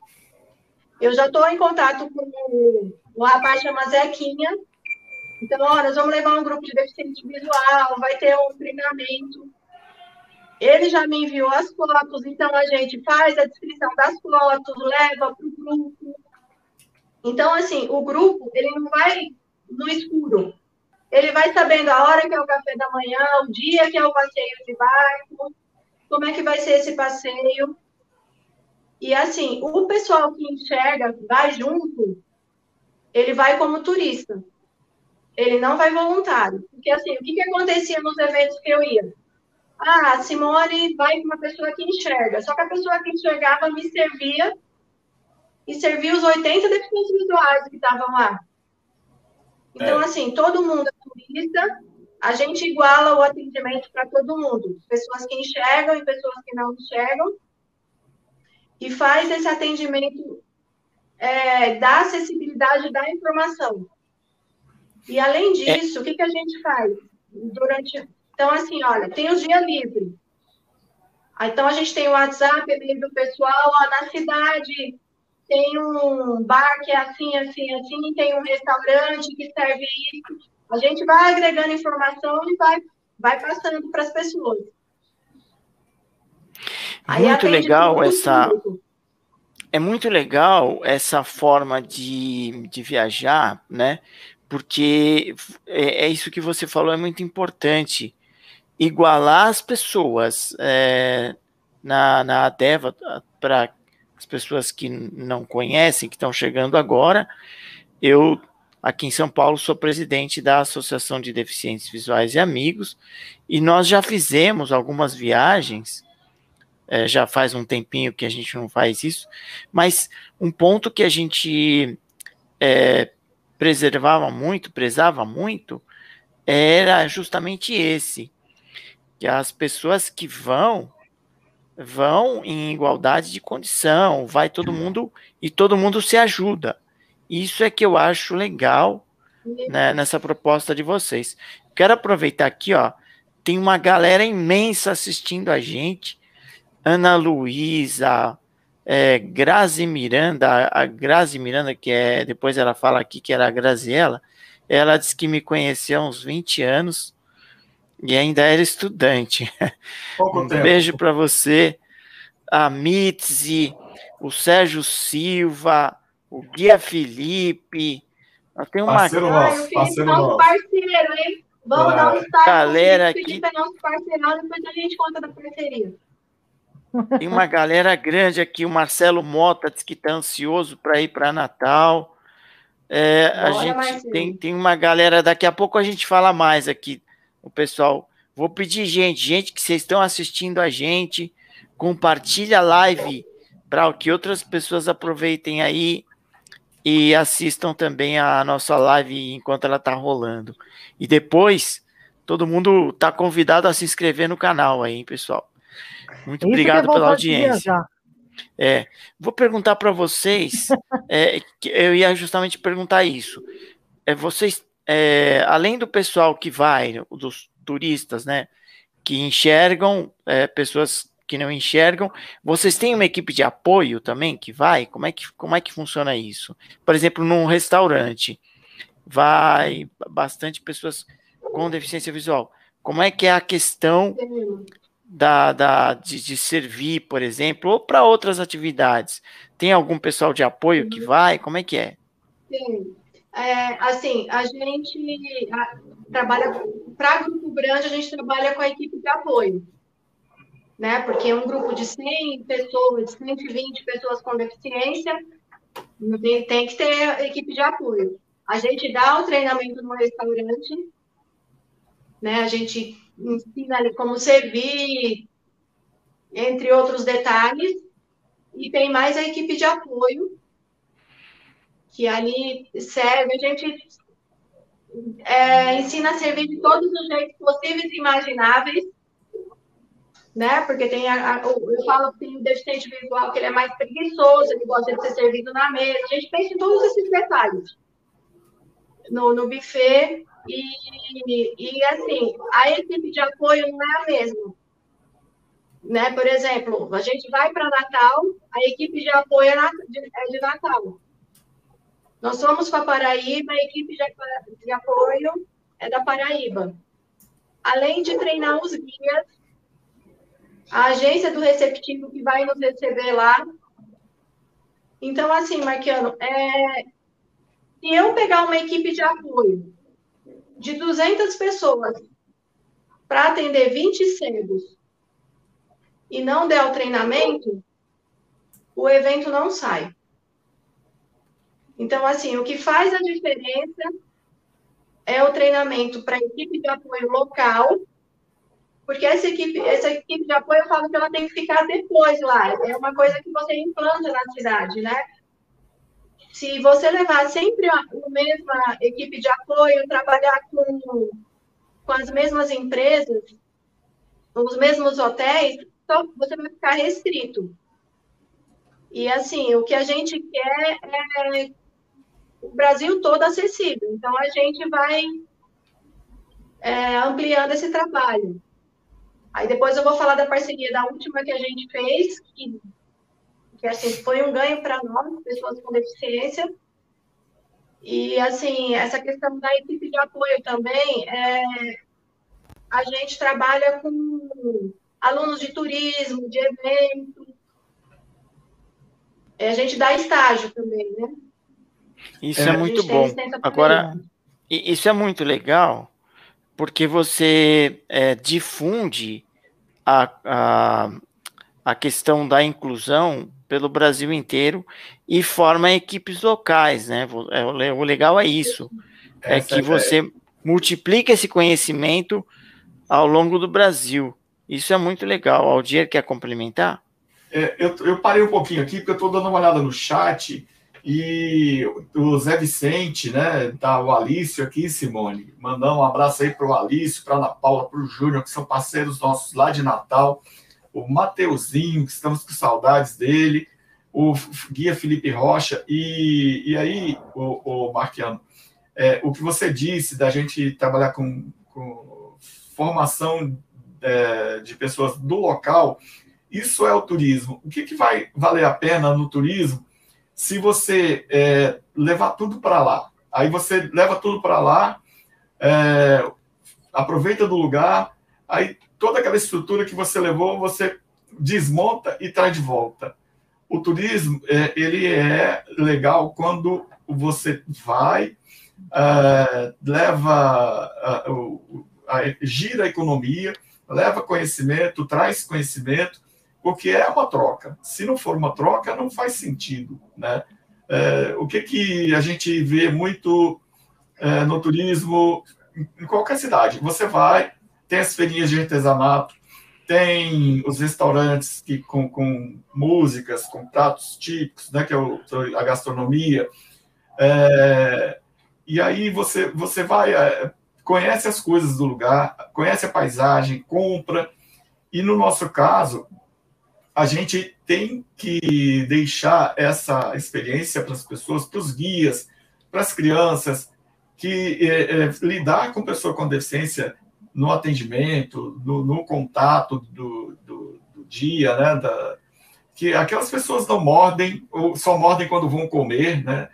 Eu já estou em contato com o rapaz chama Zequinha. Então, ó, nós vamos levar um grupo de deficiente visual, vai ter um treinamento. Ele já me enviou as fotos, então a gente faz a descrição das fotos, leva para o grupo. Então, assim, o grupo, ele não vai no escuro. Ele vai sabendo a hora que é o café da manhã, o dia que é o passeio de barco, como é que vai ser esse passeio. E, assim, o pessoal que enxerga, vai junto, ele vai como turista. Ele não vai voluntário. Porque, assim, o que acontecia nos eventos que eu ia? A Simone vai com uma pessoa que enxerga. Só que a pessoa que enxergava me servia e servia os 80 deficientes visuais que estavam lá. Então, assim, todo mundo é turista, a gente iguala o atendimento para todo mundo. Pessoas que enxergam e pessoas que não enxergam. E faz esse atendimento da acessibilidade da informação. E, além disso, o que a gente faz? Então, assim, olha, tem os dias livres. Então, a gente tem o WhatsApp, e-mail do pessoal, ó, na cidade tem um bar que é assim, assim, assim, tem um restaurante que serve isso. A gente vai agregando informação e vai passando para as pessoas. Muito legal essa... É muito legal essa forma de viajar, né? Porque é isso que você falou, é muito importante. Igualar as pessoas na ADEVA, para as pessoas que não conhecem, que estão chegando agora. Eu, aqui em São Paulo, sou presidente da Associação de Deficientes Visuais e Amigos, e nós já fizemos algumas viagens, já faz um tempinho que a gente não faz isso, mas um ponto que a gente prezava muito, era justamente esse, que as pessoas que vão em igualdade de condição, vai todo mundo, e todo mundo se ajuda. Isso é que eu acho legal, né, nessa proposta de vocês. Quero aproveitar aqui, ó, tem uma galera imensa assistindo a gente, Ana Luísa, Grazi Miranda, a Grazi Miranda, que depois ela fala aqui que era a Graziella, ela disse que me conheceu há uns 20 anos, e ainda era estudante. Um beijo para você, a Mitzi, o Sérgio Silva, o Guia Felipe. Tem uma parceiro nosso, o Felipe é nosso parceiro, hein? Vamos dar um start. Galera aqui. O Felipe é nosso parceirão, depois a gente conta da parceria. Tem uma galera grande aqui, o Marcelo Mota diz que está ansioso para ir para Natal. A gente tem uma galera, daqui a pouco a gente fala mais aqui, o pessoal. Vou pedir gente que vocês estão assistindo a gente, compartilha a live para que outras pessoas aproveitem aí e assistam também a nossa live enquanto ela está rolando. E depois, todo mundo está convidado a se inscrever no canal aí, hein, pessoal. Muito obrigado pela audiência. Vou perguntar para vocês, eu ia justamente perguntar isso. Vocês, além do pessoal que vai, dos turistas, né, que enxergam, pessoas que não enxergam, vocês têm uma equipe de apoio também que vai? Como é que funciona isso? Por exemplo, num restaurante, vai bastante pessoas com deficiência visual. Como é que é a questão de servir, por exemplo, ou para outras atividades? Tem algum pessoal de apoio que vai? Como é que é? Sim. Assim, a gente trabalha para grupo grande, a gente trabalha com a equipe de apoio, né? Porque um grupo de 100 pessoas, 120 pessoas com deficiência, tem que ter equipe de apoio. A gente dá o treinamento no restaurante, né? A gente ensina ali como servir, entre outros detalhes, e tem mais a equipe de apoio, que ali serve, a gente ensina a servir de todos os jeitos possíveis e imagináveis, né? Porque eu falo que tem o deficiente visual, que ele é mais preguiçoso, ele gosta de ser servido na mesa, a gente pensa em todos esses detalhes no buffet, e assim, a equipe de apoio não é a mesma, né? Por exemplo, a gente vai para Natal, a equipe de apoio é de Natal. Nós fomos para Paraíba, a equipe de apoio é da Paraíba. Além de treinar os guias, a agência do receptivo que vai nos receber lá. Então, assim, Marquiano, se eu pegar uma equipe de apoio de 200 pessoas para atender 20 cegos e não der o treinamento, o evento não sai. Então, assim, o que faz a diferença é o treinamento para a equipe de apoio local, porque essa equipe de apoio, eu falo que ela tem que ficar depois lá. É uma coisa que você implanta na cidade, né? Se você levar sempre a mesma equipe de apoio, trabalhar com as mesmas empresas, os mesmos hotéis, então você vai ficar restrito. E, assim, o que a gente quer é o Brasil todo acessível. Então, a gente vai ampliando esse trabalho. Aí, depois eu vou falar da parceria da última que a gente fez, que assim, foi um ganho para nós, pessoas com deficiência. E, assim, essa questão da equipe de apoio também, a gente trabalha com alunos de turismo, de evento. A gente dá estágio também, né? Isso é muito bom. Agora, isso é muito legal, porque você difunde a questão da inclusão pelo Brasil inteiro e forma equipes locais, né? O legal é isso, que você multiplica esse conhecimento ao longo do Brasil. Isso é muito legal. Aldir, quer complementar? Eu parei um pouquinho aqui, porque eu estou dando uma olhada no chat, e o Zé Vicente, né, tá o Alício aqui, Simone, mandando um abraço aí para o Alício, para a Ana Paula, para o Júnior, que são parceiros nossos lá de Natal, o Mateuzinho, que estamos com saudades dele, o Guia Felipe Rocha, e aí, o Marquiano, o que você disse da gente trabalhar com formação de pessoas do local, isso é o turismo. O que vai valer a pena no turismo se você levar tudo para lá? Aí você leva tudo para lá, aproveita do lugar, aí toda aquela estrutura que você levou, você desmonta e traz de volta. O turismo, ele é legal quando você vai, gira a economia, leva conhecimento, traz conhecimento, porque é uma troca. Se não for uma troca, não faz sentido, né? O que a gente vê muito no turismo, em qualquer cidade? Você vai, tem as feirinhas de artesanato, tem os restaurantes com músicas, com pratos típicos, né, que é a gastronomia. E aí você vai, conhece as coisas do lugar, conhece a paisagem, compra. E no nosso caso, a gente tem que deixar essa experiência para as pessoas, para os guias, para as crianças, que lidar com pessoa com deficiência no atendimento, no contato do dia, né? Que aquelas pessoas não mordem, ou só mordem quando vão comer, né?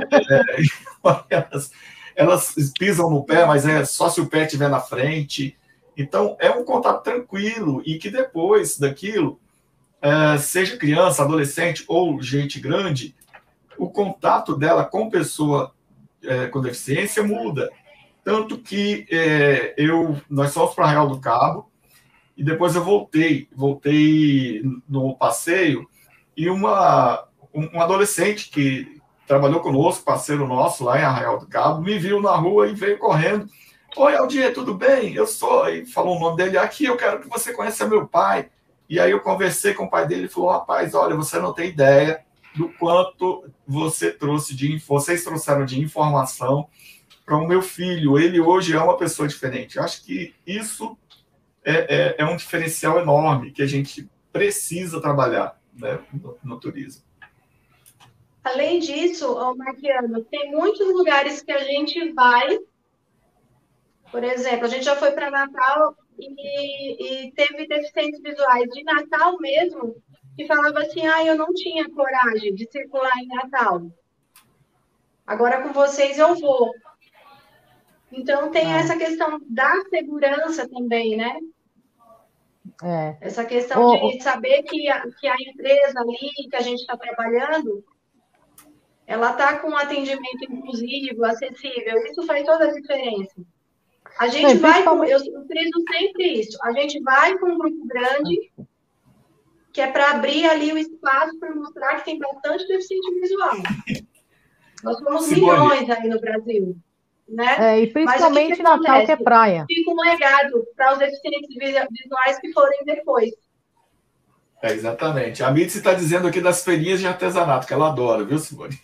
Elas pisam no pé, mas é só se o pé estiver na frente. Então, é um contato tranquilo e que depois daquilo, seja criança, adolescente ou gente grande, o contato dela com pessoa com deficiência muda. Tanto que nós fomos para Arraial do Cabo e depois eu voltei no passeio e um adolescente que trabalhou conosco, parceiro nosso lá em Arraial do Cabo, me viu na rua e veio correndo. Oi, Aldir, tudo bem? Eu sou... E falou o nome dele. Aqui, eu quero que você conheça meu pai. E aí eu conversei com o pai dele e falou, rapaz, olha, você não tem ideia do quanto vocês trouxeram de informação para o meu filho. Ele hoje é uma pessoa diferente. Eu acho que isso é um diferencial enorme que a gente precisa trabalhar, né, no turismo. Além disso, Marquiano, tem muitos lugares que a gente vai. Por exemplo, a gente já foi para Natal e teve deficientes visuais de Natal mesmo, que falava assim, eu não tinha coragem de circular em Natal. Agora com vocês eu vou. Então tem essa questão da segurança também, né? Essa questão de saber que a empresa ali que a gente está trabalhando, ela está com um atendimento inclusivo, acessível. Isso faz toda a diferença. A gente vai com, eu friso sempre isso, a gente vai com um grupo grande, que é para abrir ali o espaço para mostrar que tem bastante deficiente visual. Nós somos milhões aí no Brasil, né? E principalmente Natal, que é praia. Fica um legado para os deficientes visuais que forem depois. Exatamente. A Mitzi está dizendo aqui das feirinhas de artesanato, que ela adora, viu, Simone?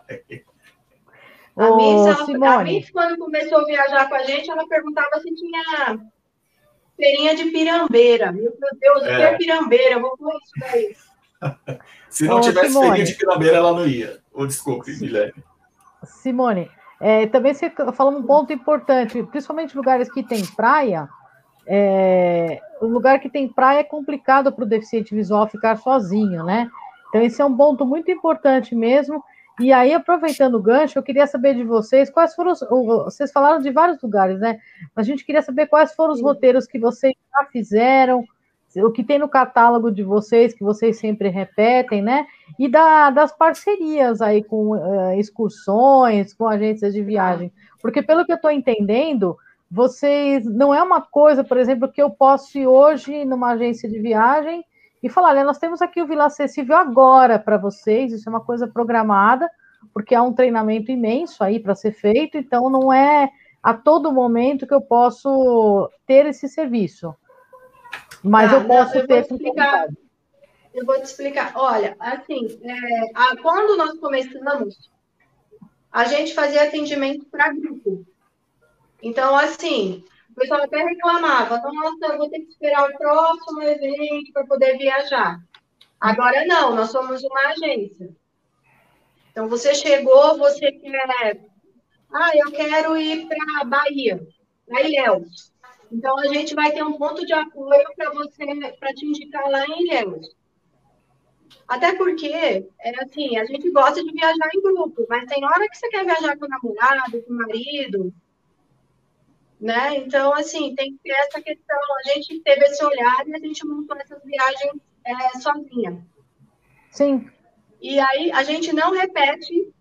A Mitzi, quando começou a viajar com a gente, ela perguntava se tinha feirinha de pirambeira. Meu Deus, o que é pirambeira? Eu vou pôr isso daí. Se não tivesse feirinha de pirambeira, ela não ia. Desculpe, Milene. Simone, também você falou um ponto importante, principalmente lugares que tem praia. O lugar que tem praia é complicado para o deficiente visual ficar sozinho, né? Então, esse é um ponto muito importante mesmo. E aí, aproveitando o gancho, eu queria saber de vocês, quais foram vocês falaram de vários lugares, né? Mas a gente queria saber quais foram os roteiros que vocês já fizeram, o que tem no catálogo de vocês, que vocês sempre repetem, né? E das parcerias aí com excursões, com agências de viagem. Porque, pelo que eu estou entendendo, vocês não é uma coisa, por exemplo, que eu posso ir hoje numa agência de viagem e falar, olha, nós temos aqui o Vila Acessível agora para vocês, isso é uma coisa programada, porque há um treinamento imenso aí para ser feito, então não é a todo momento que eu posso ter esse serviço. Mas eu posso ter... Eu vou te explicar. Olha, assim, quando nós começamos, a gente fazia atendimento para grupo. Então, assim, o pessoal até reclamava, nossa, eu vou ter que esperar o próximo evento para poder viajar. Agora não, nós somos uma agência. Então, você chegou, você quer... eu quero ir para a Bahia, para Ilhéus. Então, a gente vai ter um ponto de apoio para você, para te indicar lá em Ilhéus. Até porque, assim, a gente gosta de viajar em grupo, mas tem hora que você quer viajar com o namorado, com o marido, né? Então, assim, tem que ter essa questão. A gente teve esse olhar e a gente montou essas viagens sozinha. Sim. E aí, a gente não repete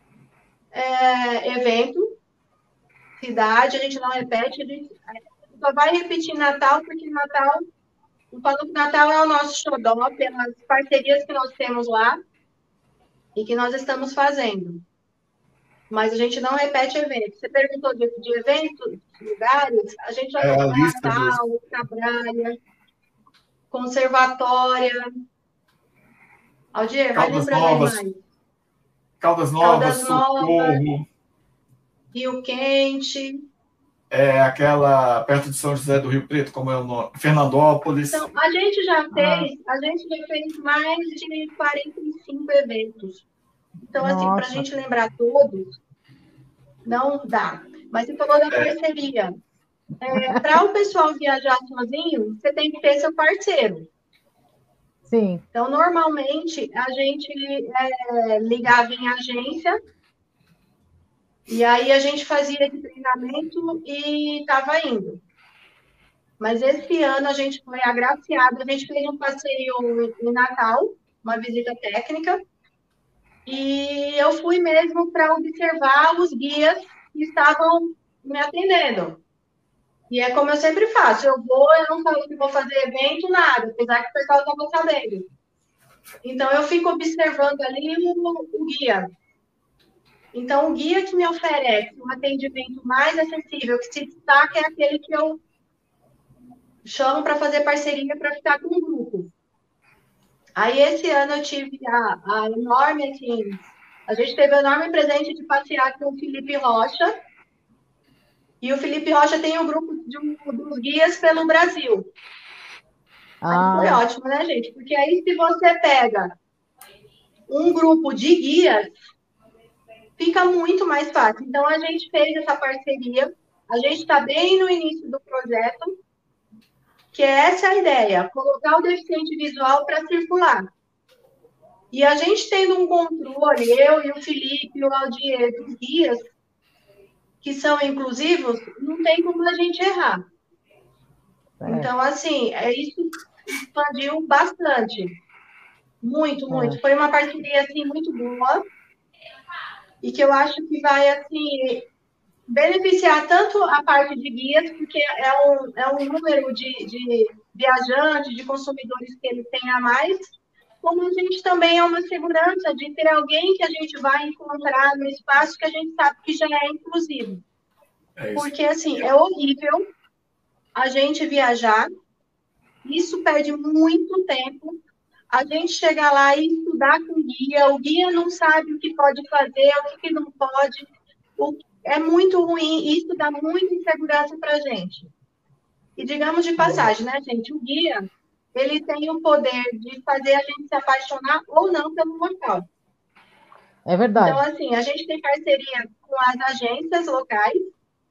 evento, cidade, a gente não repete, a gente só vai repetir Natal, porque Natal, eu falo que Natal é o nosso xodó, pelas parcerias que nós temos lá e que nós estamos fazendo. Mas a gente não repete evento. Você perguntou de eventos, lugares, a gente já tem Natal, Cabralha. Conservatória. Aldir, vai Caldas lembrar Novas, mais. Caldas Novas, Socorro. Rio Quente. Aquela perto de São José do Rio Preto, como é o nome? Fernandópolis. Então, a gente já fez mais de 45 eventos. Então, assim, para a gente lembrar todos, não dá. Mas você falou da parceria. Para o pessoal viajar sozinho, você tem que ter seu parceiro. Sim. Então, normalmente, a gente ligava em agência, e aí a gente fazia esse treinamento e estava indo. Mas esse ano a gente foi agraciado, a gente fez um passeio em Natal, uma visita técnica, e eu fui mesmo para observar os guias que estavam me atendendo. E é como eu sempre faço, eu não falo que vou fazer evento, nada, apesar que o pessoal estava sabendo. Então, eu fico observando ali o guia. Então, o guia que me oferece um atendimento mais acessível, que se destaca, é aquele que eu chamo para fazer parceria para ficar com o grupo. Aí, esse ano, eu tive a enorme, assim, a gente teve o enorme presente de passear com o Felipe Rocha. E o Felipe Rocha tem um grupo dos guias pelo Brasil. Aí foi ótimo, né, gente? Porque aí, se você pega um grupo de guias, fica muito mais fácil. Então, a gente fez essa parceria. A gente está bem no início do projeto, que é essa a ideia, colocar o deficiente visual para circular. E a gente tendo um controle, eu e o Felipe e o Aldir, dos guias, que são inclusivos, não tem como a gente errar. Então, assim, isso expandiu bastante. Muito, muito. Foi uma parceria, assim, muito boa. E que eu acho que vai, assim, beneficiar tanto a parte de guias, porque é um número de viajantes, de consumidores que ele tem a mais, como a gente também é uma segurança de ter alguém que a gente vai encontrar no espaço que a gente sabe que já é inclusivo. Porque, assim, é horrível a gente viajar, isso perde muito tempo, a gente chegar lá e estudar com o guia não sabe o que pode fazer, o que não pode, é muito ruim, isso dá muita insegurança para a gente. E digamos de passagem, né, gente, o guia, ele tem o poder de fazer a gente se apaixonar ou não pelo local. É verdade. Então, assim, a gente tem parceria com as agências locais,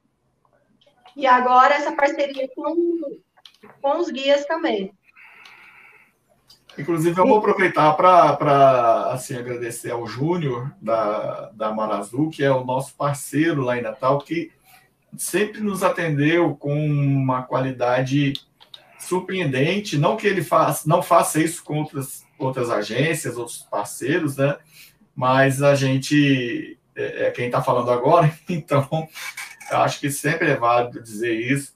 e agora essa parceria com os guias também. Inclusive, eu vou aproveitar para assim, agradecer ao Júnior da Mar Azul, que é o nosso parceiro lá em Natal, que sempre nos atendeu com uma qualidade surpreendente. Não que ele não faça isso com outras agências, outros parceiros, né? Mas a gente é quem está falando agora, então eu acho que sempre é válido dizer isso.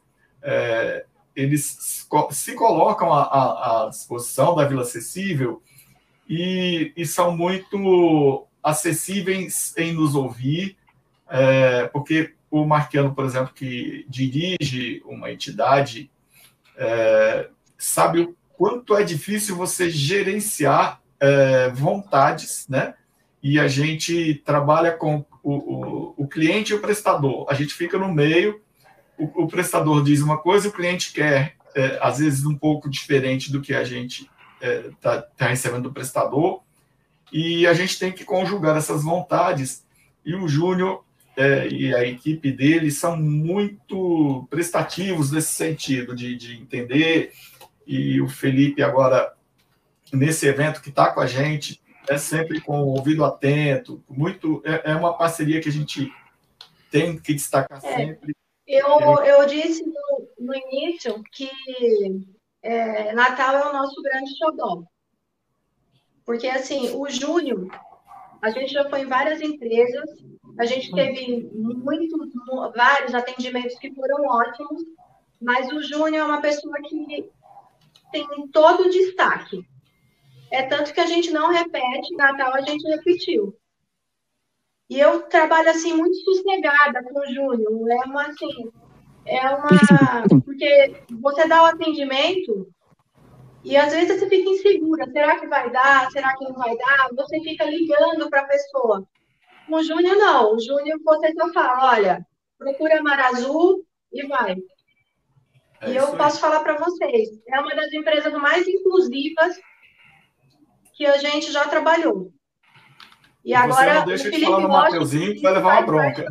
Eles se colocam à disposição da Vila Acessível e são muito acessíveis em nos ouvir, porque o Marquiano, por exemplo, que dirige uma entidade, sabe o quanto é difícil você gerenciar vontades, né? E a gente trabalha com o cliente e o prestador. A gente fica no meio, o prestador diz uma coisa, o cliente quer, às vezes, um pouco diferente do que a gente tá recebendo do prestador, e a gente tem que conjugar essas vontades. E o Júnior e a equipe dele são muito prestativos nesse sentido, de entender, e o Felipe agora, nesse evento que está com a gente, sempre com o ouvido atento, é uma parceria que a gente tem que destacar sempre. Eu disse no início que Natal é o nosso grande xodó. Porque, assim, o Júnior, a gente já foi em várias empresas, a gente teve vários atendimentos que foram ótimos, mas o Júnior é uma pessoa que tem todo o destaque. É tanto que a gente não repete, Natal a gente repetiu. E eu trabalho, assim, muito sossegada com o Júnior. Porque você dá o atendimento, E às vezes você fica insegura, será que vai dar? Será que não vai dar? Você fica ligando para a pessoa. Com o Júnior, não. O Júnior, você só fala, olha, procura Mar Azul e vai. E eu posso falar para vocês, é uma das empresas mais inclusivas que a gente já trabalhou. E agora, não deixa o de falar Felipe no Rocha, Mateuzinho, que vai levar uma bronca.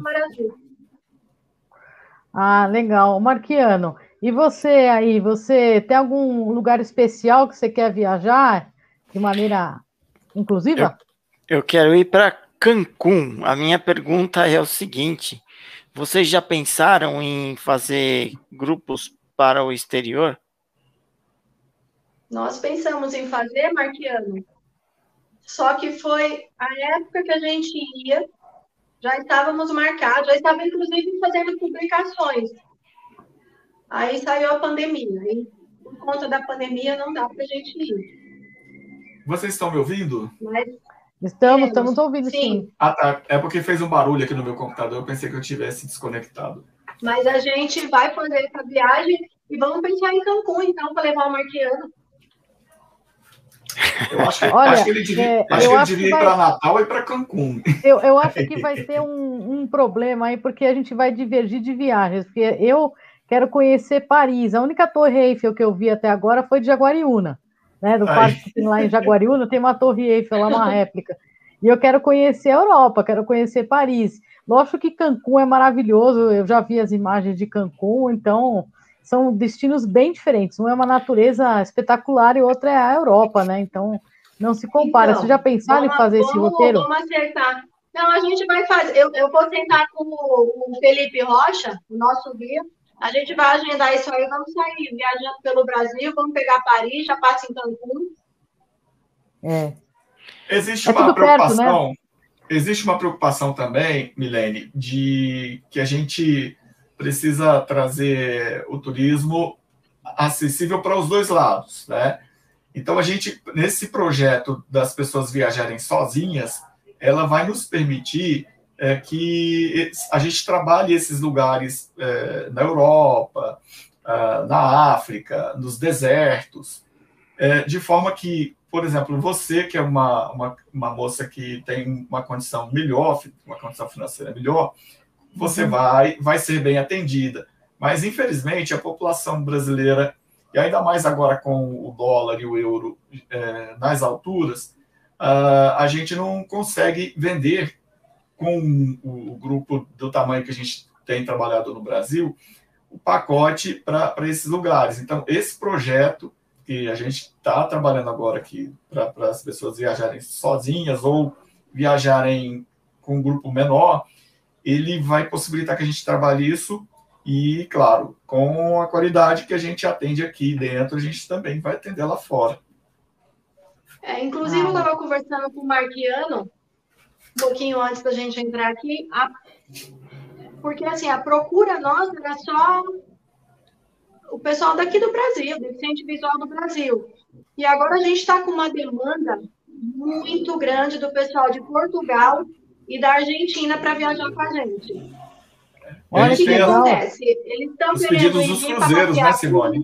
Ah, legal. Marquiano, e você aí, você tem algum lugar especial que você quer viajar de maneira inclusiva? Eu quero ir para Cancún. A minha pergunta é o seguinte: vocês já pensaram em fazer grupos para o exterior? Nós pensamos em fazer, Marquiano, só que foi a época que a gente ia, já estávamos marcados, já estava inclusive fazendo publicações. Aí saiu a pandemia, e por conta da pandemia não dá para a gente ir. Vocês estão me ouvindo? Estamos ouvindo, sim. Ah, tá. É porque fez um barulho aqui no meu computador, eu pensei que eu tivesse desconectado. Mas a gente vai fazer essa viagem e vamos pensar em Cancún, então, para levar o Marquiano. Eu acho que ele devia ir para Natal e para Cancún. Eu acho que vai ter um problema aí, porque a gente vai divergir de viagens, porque eu quero conhecer Paris. A única torre Eiffel que eu vi até agora foi de Jaguariúna, né? Do parque que tem lá em Jaguariúna, tem uma torre Eiffel lá, uma réplica. E eu quero conhecer a Europa, quero conhecer Paris. Lógico que Cancún é maravilhoso, eu já vi as imagens de Cancún, então são destinos bem diferentes. Um é uma natureza espetacular e outro é a Europa, né? Então não se compara. Então, vocês já pensaram em fazer esse roteiro? Vamos acertar. Não, a gente vai fazer. Eu vou sentar com o Felipe Rocha, o nosso guia. A gente vai agendar isso aí, vamos sair viajando pelo Brasil, vamos pegar Paris, já passa em Cancún. Existe uma preocupação, perto, né? Existe uma preocupação também, Milene, de que a gente precisa trazer o turismo acessível para os dois lados, né? Então, a gente, nesse projeto das pessoas viajarem sozinhas, ela vai nos permitir que a gente trabalhe esses lugares na Europa, na África, nos desertos, de forma que, por exemplo, você que é uma moça que tem uma condição melhor, uma condição financeira melhor, você vai ser bem atendida. Mas, infelizmente, a população brasileira, e ainda mais agora com o dólar e o euro nas alturas, a gente não consegue vender com o grupo do tamanho que a gente tem trabalhado no Brasil, o pacote para esses lugares. Então, esse projeto que a gente está trabalhando agora aqui para as pessoas viajarem sozinhas ou viajarem com um grupo menor, ele vai possibilitar que a gente trabalhe isso e, claro, com a qualidade que a gente atende aqui dentro, a gente também vai atender lá fora. Inclusive, eu estava conversando com o Marquiano um pouquinho antes da gente entrar aqui, porque assim, a procura nossa era só o pessoal daqui do Brasil, deficiente visual do Brasil. E agora a gente está com uma demanda muito grande do pessoal de Portugal e da Argentina para viajar com a gente. Olha, o que acontece? Eles estão querendo pedidos dos cruzeiros, né, Simone?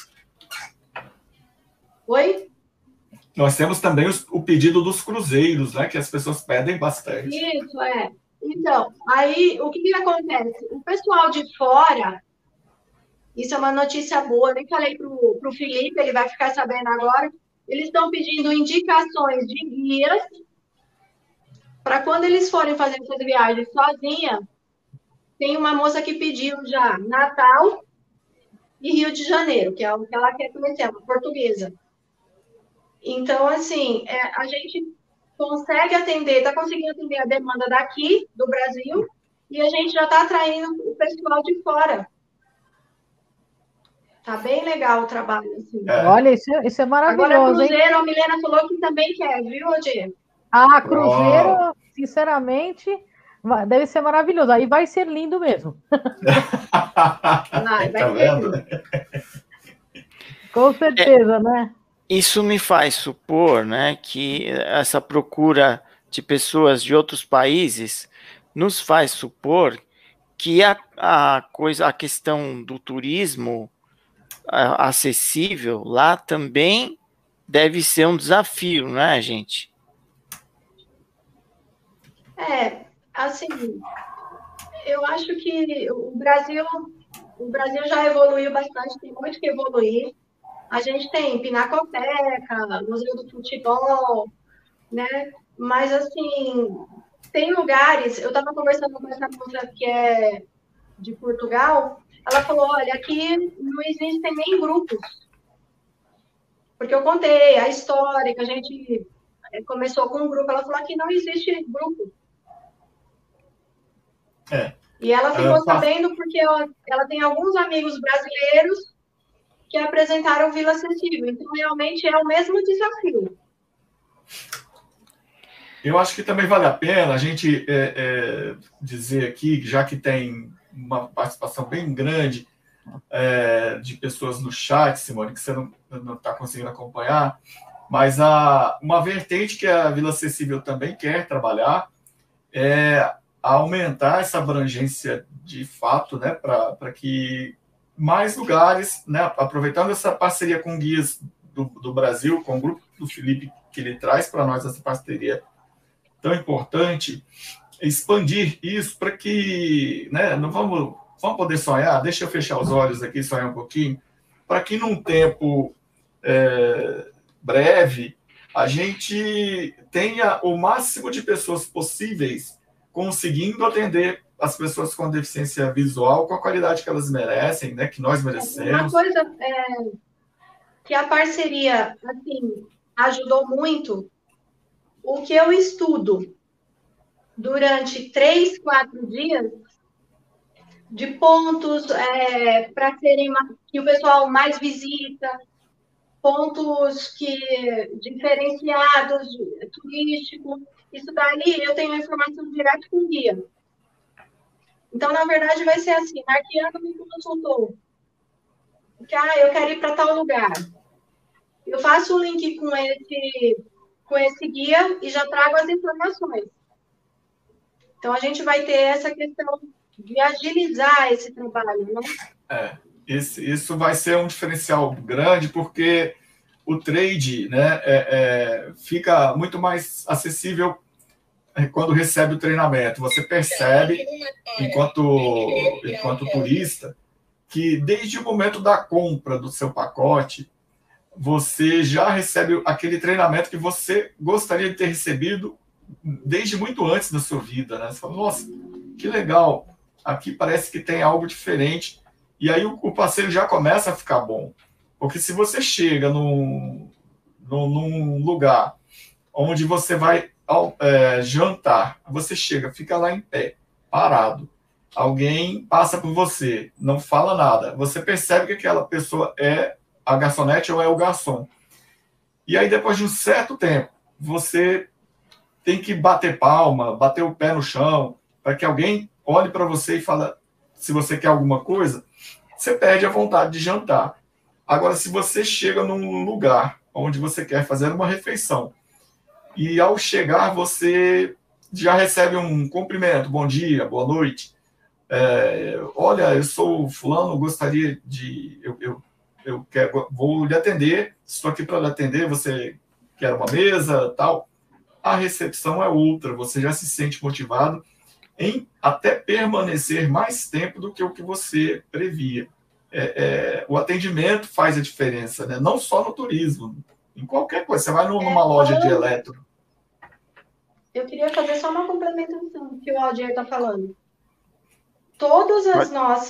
Oi? Nós temos também o pedido dos cruzeiros, né, que as pessoas pedem bastante. Isso, Então, aí, o que acontece? O pessoal de fora, isso é uma notícia boa, nem falei para o Felipe, ele vai ficar sabendo agora, eles estão pedindo indicações de guias para quando eles forem fazer essas viagens sozinha. Tem uma moça que pediu já Natal e Rio de Janeiro, que é o que ela quer conhecer, uma portuguesa. Então, assim, a gente consegue atender, está conseguindo atender a demanda daqui, do Brasil, e a gente já está atraindo o pessoal de fora. Tá bem legal o trabalho, assim. Olha, isso é maravilhoso, agora, cruzeiro, hein? A Milena falou que também quer, viu, Diego? Cruzeiro, sinceramente, deve ser maravilhoso. Aí vai ser lindo mesmo. Vai ser lindo. Com certeza, né? Isso me faz supor, né, que essa procura de pessoas de outros países nos faz supor que a questão do turismo acessível, lá também deve ser um desafio, não é, gente? Assim, eu acho que o Brasil já evoluiu bastante, tem muito que evoluir. A gente tem Pinacoteca, Museu do Futebol, né? Mas, assim, tem lugares... Eu estava conversando com essa moça que é de Portugal, ela falou, olha, aqui não existem nem grupos. Porque eu contei a história, que a gente começou com um grupo, ela falou que não existe grupo. E ela ficou sabendo porque ela tem alguns amigos brasileiros que apresentaram Vila Acessível. Então, realmente, é o mesmo desafio. Eu acho que também vale a pena a gente dizer aqui, já que tem uma participação bem grande de pessoas no chat, Simone, que você não está conseguindo acompanhar, mas uma vertente que a Vila Acessível também quer trabalhar é aumentar essa abrangência de fato, né, para que mais lugares, né, aproveitando essa parceria com guias do Brasil, com o grupo do Felipe, que ele traz para nós essa parceria tão importante, expandir isso para que, né, não vamos poder sonhar, deixa eu fechar os olhos aqui e sonhar um pouquinho, para que num tempo breve a gente tenha o máximo de pessoas possíveis conseguindo atender as pessoas com deficiência visual com a qualidade que elas merecem, né, que nós merecemos. Uma coisa que a parceria, assim, ajudou muito, o que eu estudo durante 3, 4 dias, de pontos para serem que o pessoal mais visita, pontos diferenciados, turístico, isso daí eu tenho a informação direto com o guia. Então, na verdade, vai ser assim, Marquiano me consultou, que eu quero ir para tal lugar. Eu faço o link com esse guia e já trago as informações. Então, a gente vai ter essa questão de agilizar esse trabalho, né? Isso vai ser um diferencial grande, porque o trade, né, fica muito mais acessível quando recebe o treinamento. Você percebe, enquanto turista, que desde o momento da compra do seu pacote, você já recebe aquele treinamento que você gostaria de ter recebido desde muito antes da sua vida, né? Você fala, nossa, que legal, aqui parece que tem algo diferente, e aí o passeio já começa a ficar bom, porque se você chega num lugar onde você vai jantar, você chega, fica lá em pé, parado, alguém passa por você, não fala nada, você percebe que aquela pessoa é a garçonete ou é o garçom, e aí depois de um certo tempo, você tem que bater palma, bater o pé no chão, para que alguém olhe para você e fale se você quer alguma coisa, você perde a vontade de jantar. Agora, se você chega num lugar onde você quer fazer uma refeição, e ao chegar você já recebe um cumprimento, bom dia, boa noite, olha, eu sou fulano, gostaria de... vou lhe atender, estou aqui para lhe atender, você quer uma mesa, tal... A recepção é outra, você já se sente motivado em até permanecer mais tempo do que o que você previa. O atendimento faz a diferença, né? Não só no turismo, em qualquer coisa. Você vai numa loja de eletro. Eu queria fazer só uma complementação do que o Aldir está falando. Todas as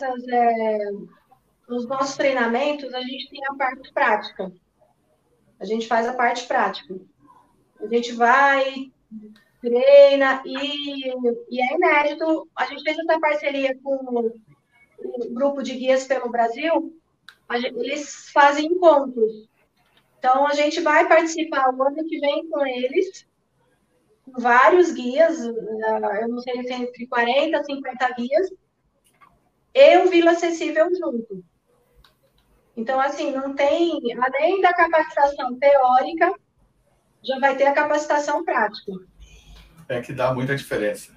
os nossos treinamentos, a gente tem a parte prática. A gente faz a parte prática. A gente vai, treina, e é inédito. A gente fez essa parceria com o grupo de guias pelo Brasil, eles fazem encontros. Então, a gente vai participar o ano que vem com eles, com vários guias, eu não sei se é entre 40 e 50 guias, e o Vila Acessível junto. Então, assim, não tem, além da capacitação teórica, já vai ter a capacitação prática. Que dá muita diferença.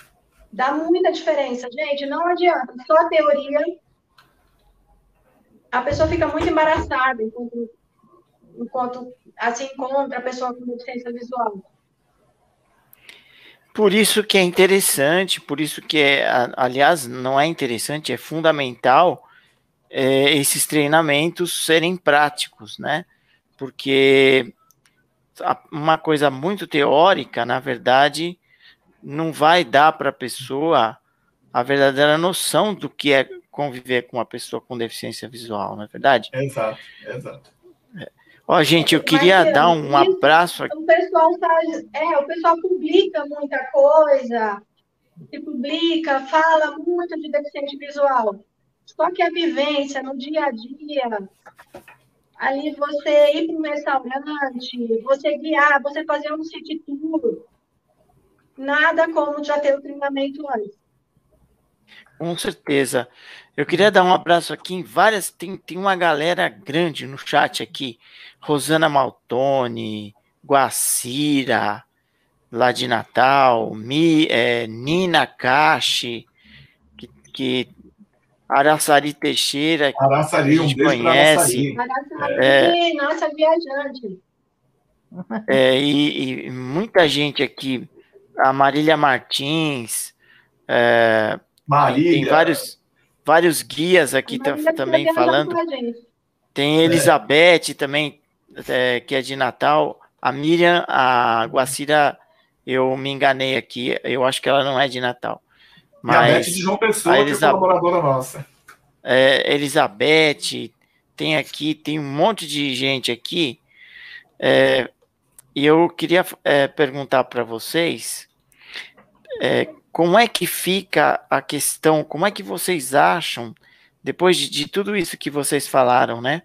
Dá muita diferença, gente. Não adianta só a teoria. a pessoa fica muito embaraçada enquanto assim encontra a pessoa com deficiência visual. Por isso que é interessante, por isso que aliás, não é interessante, é fundamental esses treinamentos serem práticos, né? Porque uma coisa muito teórica, na verdade, não vai dar para a pessoa a verdadeira noção do que é conviver com uma pessoa com deficiência visual, não é verdade? Exato, exato. Ó, gente, eu queria dar um abraço aqui. O pessoal publica muita coisa, se publica, fala muito de deficiente visual. Só que a vivência no dia a dia, ali você ir para um restaurante, você guiar, você fazer um city tour, nada como já ter o treinamento antes. Com certeza. Eu queria dar um abraço aqui em várias. Tem uma galera grande no chat aqui. Rosana Maltoni, Guacira, lá de Natal, Nina Cache, que Araçari Teixeira, Araçari, que a gente conhece. Araçari, nossa viajante. E muita gente aqui. A Marília Martins. Tem vários guias aqui também falando. Tem Elizabeth também, que é de Natal. A Miriam, a Guacira, eu me enganei aqui. Eu acho que ela não é de Natal. Mas a Beth de João Pessoa, que é colaboradora nossa. Elizabeth, tem um monte de gente aqui. E eu queria perguntar para vocês como é que fica a questão, como é que vocês acham, depois de tudo isso que vocês falaram, né?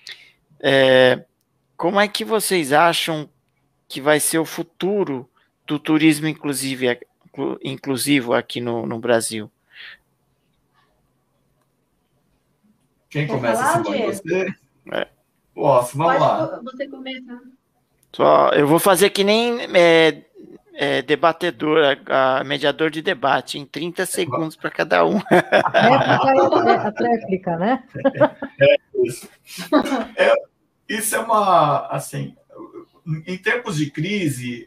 Como é que vocês acham que vai ser o futuro do turismo inclusivo aqui no Brasil? Quem começa, Simone? Você? Posso, vamos lá. Você começa. Eu vou fazer que nem debatedor, mediador de debate, em 30 segundos para cada um. A tréplica, né? Isso. Isso é assim, em tempos de crise,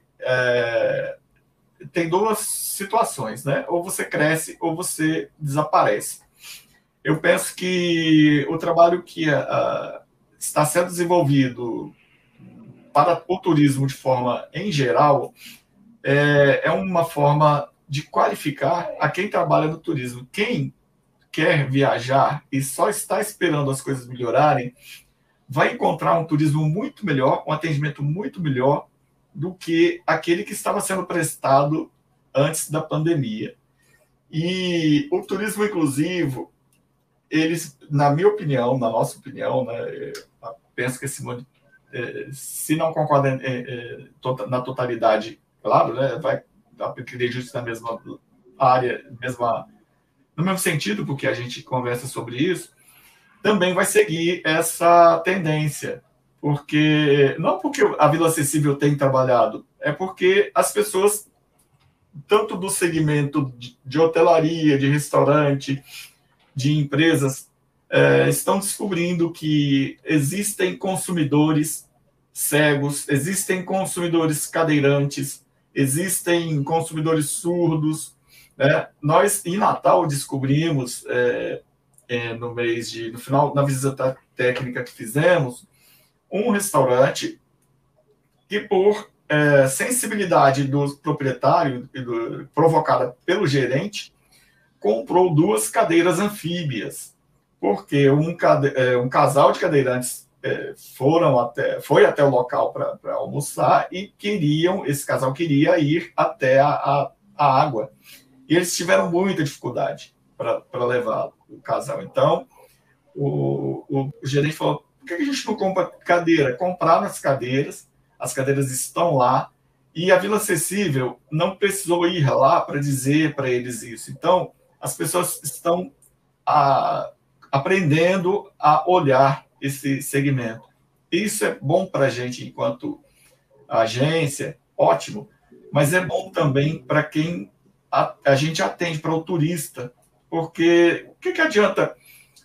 tem duas situações, né? Ou você cresce ou você desaparece. Eu penso que o trabalho que está sendo desenvolvido para o turismo de forma em geral é uma forma de qualificar a quem trabalha no turismo. Quem quer viajar e só está esperando as coisas melhorarem, vai encontrar um turismo muito melhor, um atendimento muito melhor do que aquele que estava sendo prestado antes da pandemia. E o turismo inclusivo, eles, na minha opinião, na nossa opinião, né, penso que Simone, se não concorda na totalidade, claro, né, vai acredito na mesma área, no mesmo sentido, porque a gente conversa sobre isso, também vai seguir essa tendência. Não porque a Vila Acessível tem trabalhado, é porque as pessoas, tanto do segmento de hotelaria, de restaurante, de empresas, estão descobrindo que existem consumidores cegos, existem consumidores cadeirantes, existem consumidores surdos, né? Nós, em Natal, descobrimos, no final, na visita técnica que fizemos, um restaurante que, por sensibilidade do proprietário, provocada pelo gerente, comprou 2 cadeiras anfíbias, porque um casal de cadeirantes foi até o local para almoçar e esse casal queria ir até a água. E eles tiveram muita dificuldade para levar o casal. Então, o gerente falou, por que a gente não compra cadeira? Compraram as cadeiras estão lá, e a Vila Acessível não precisou ir lá para dizer para eles isso. Então, as pessoas estão aprendendo a olhar esse segmento. Isso é bom para a gente enquanto agência, ótimo, mas é bom também para quem a gente atende, para o turista, porque o que adianta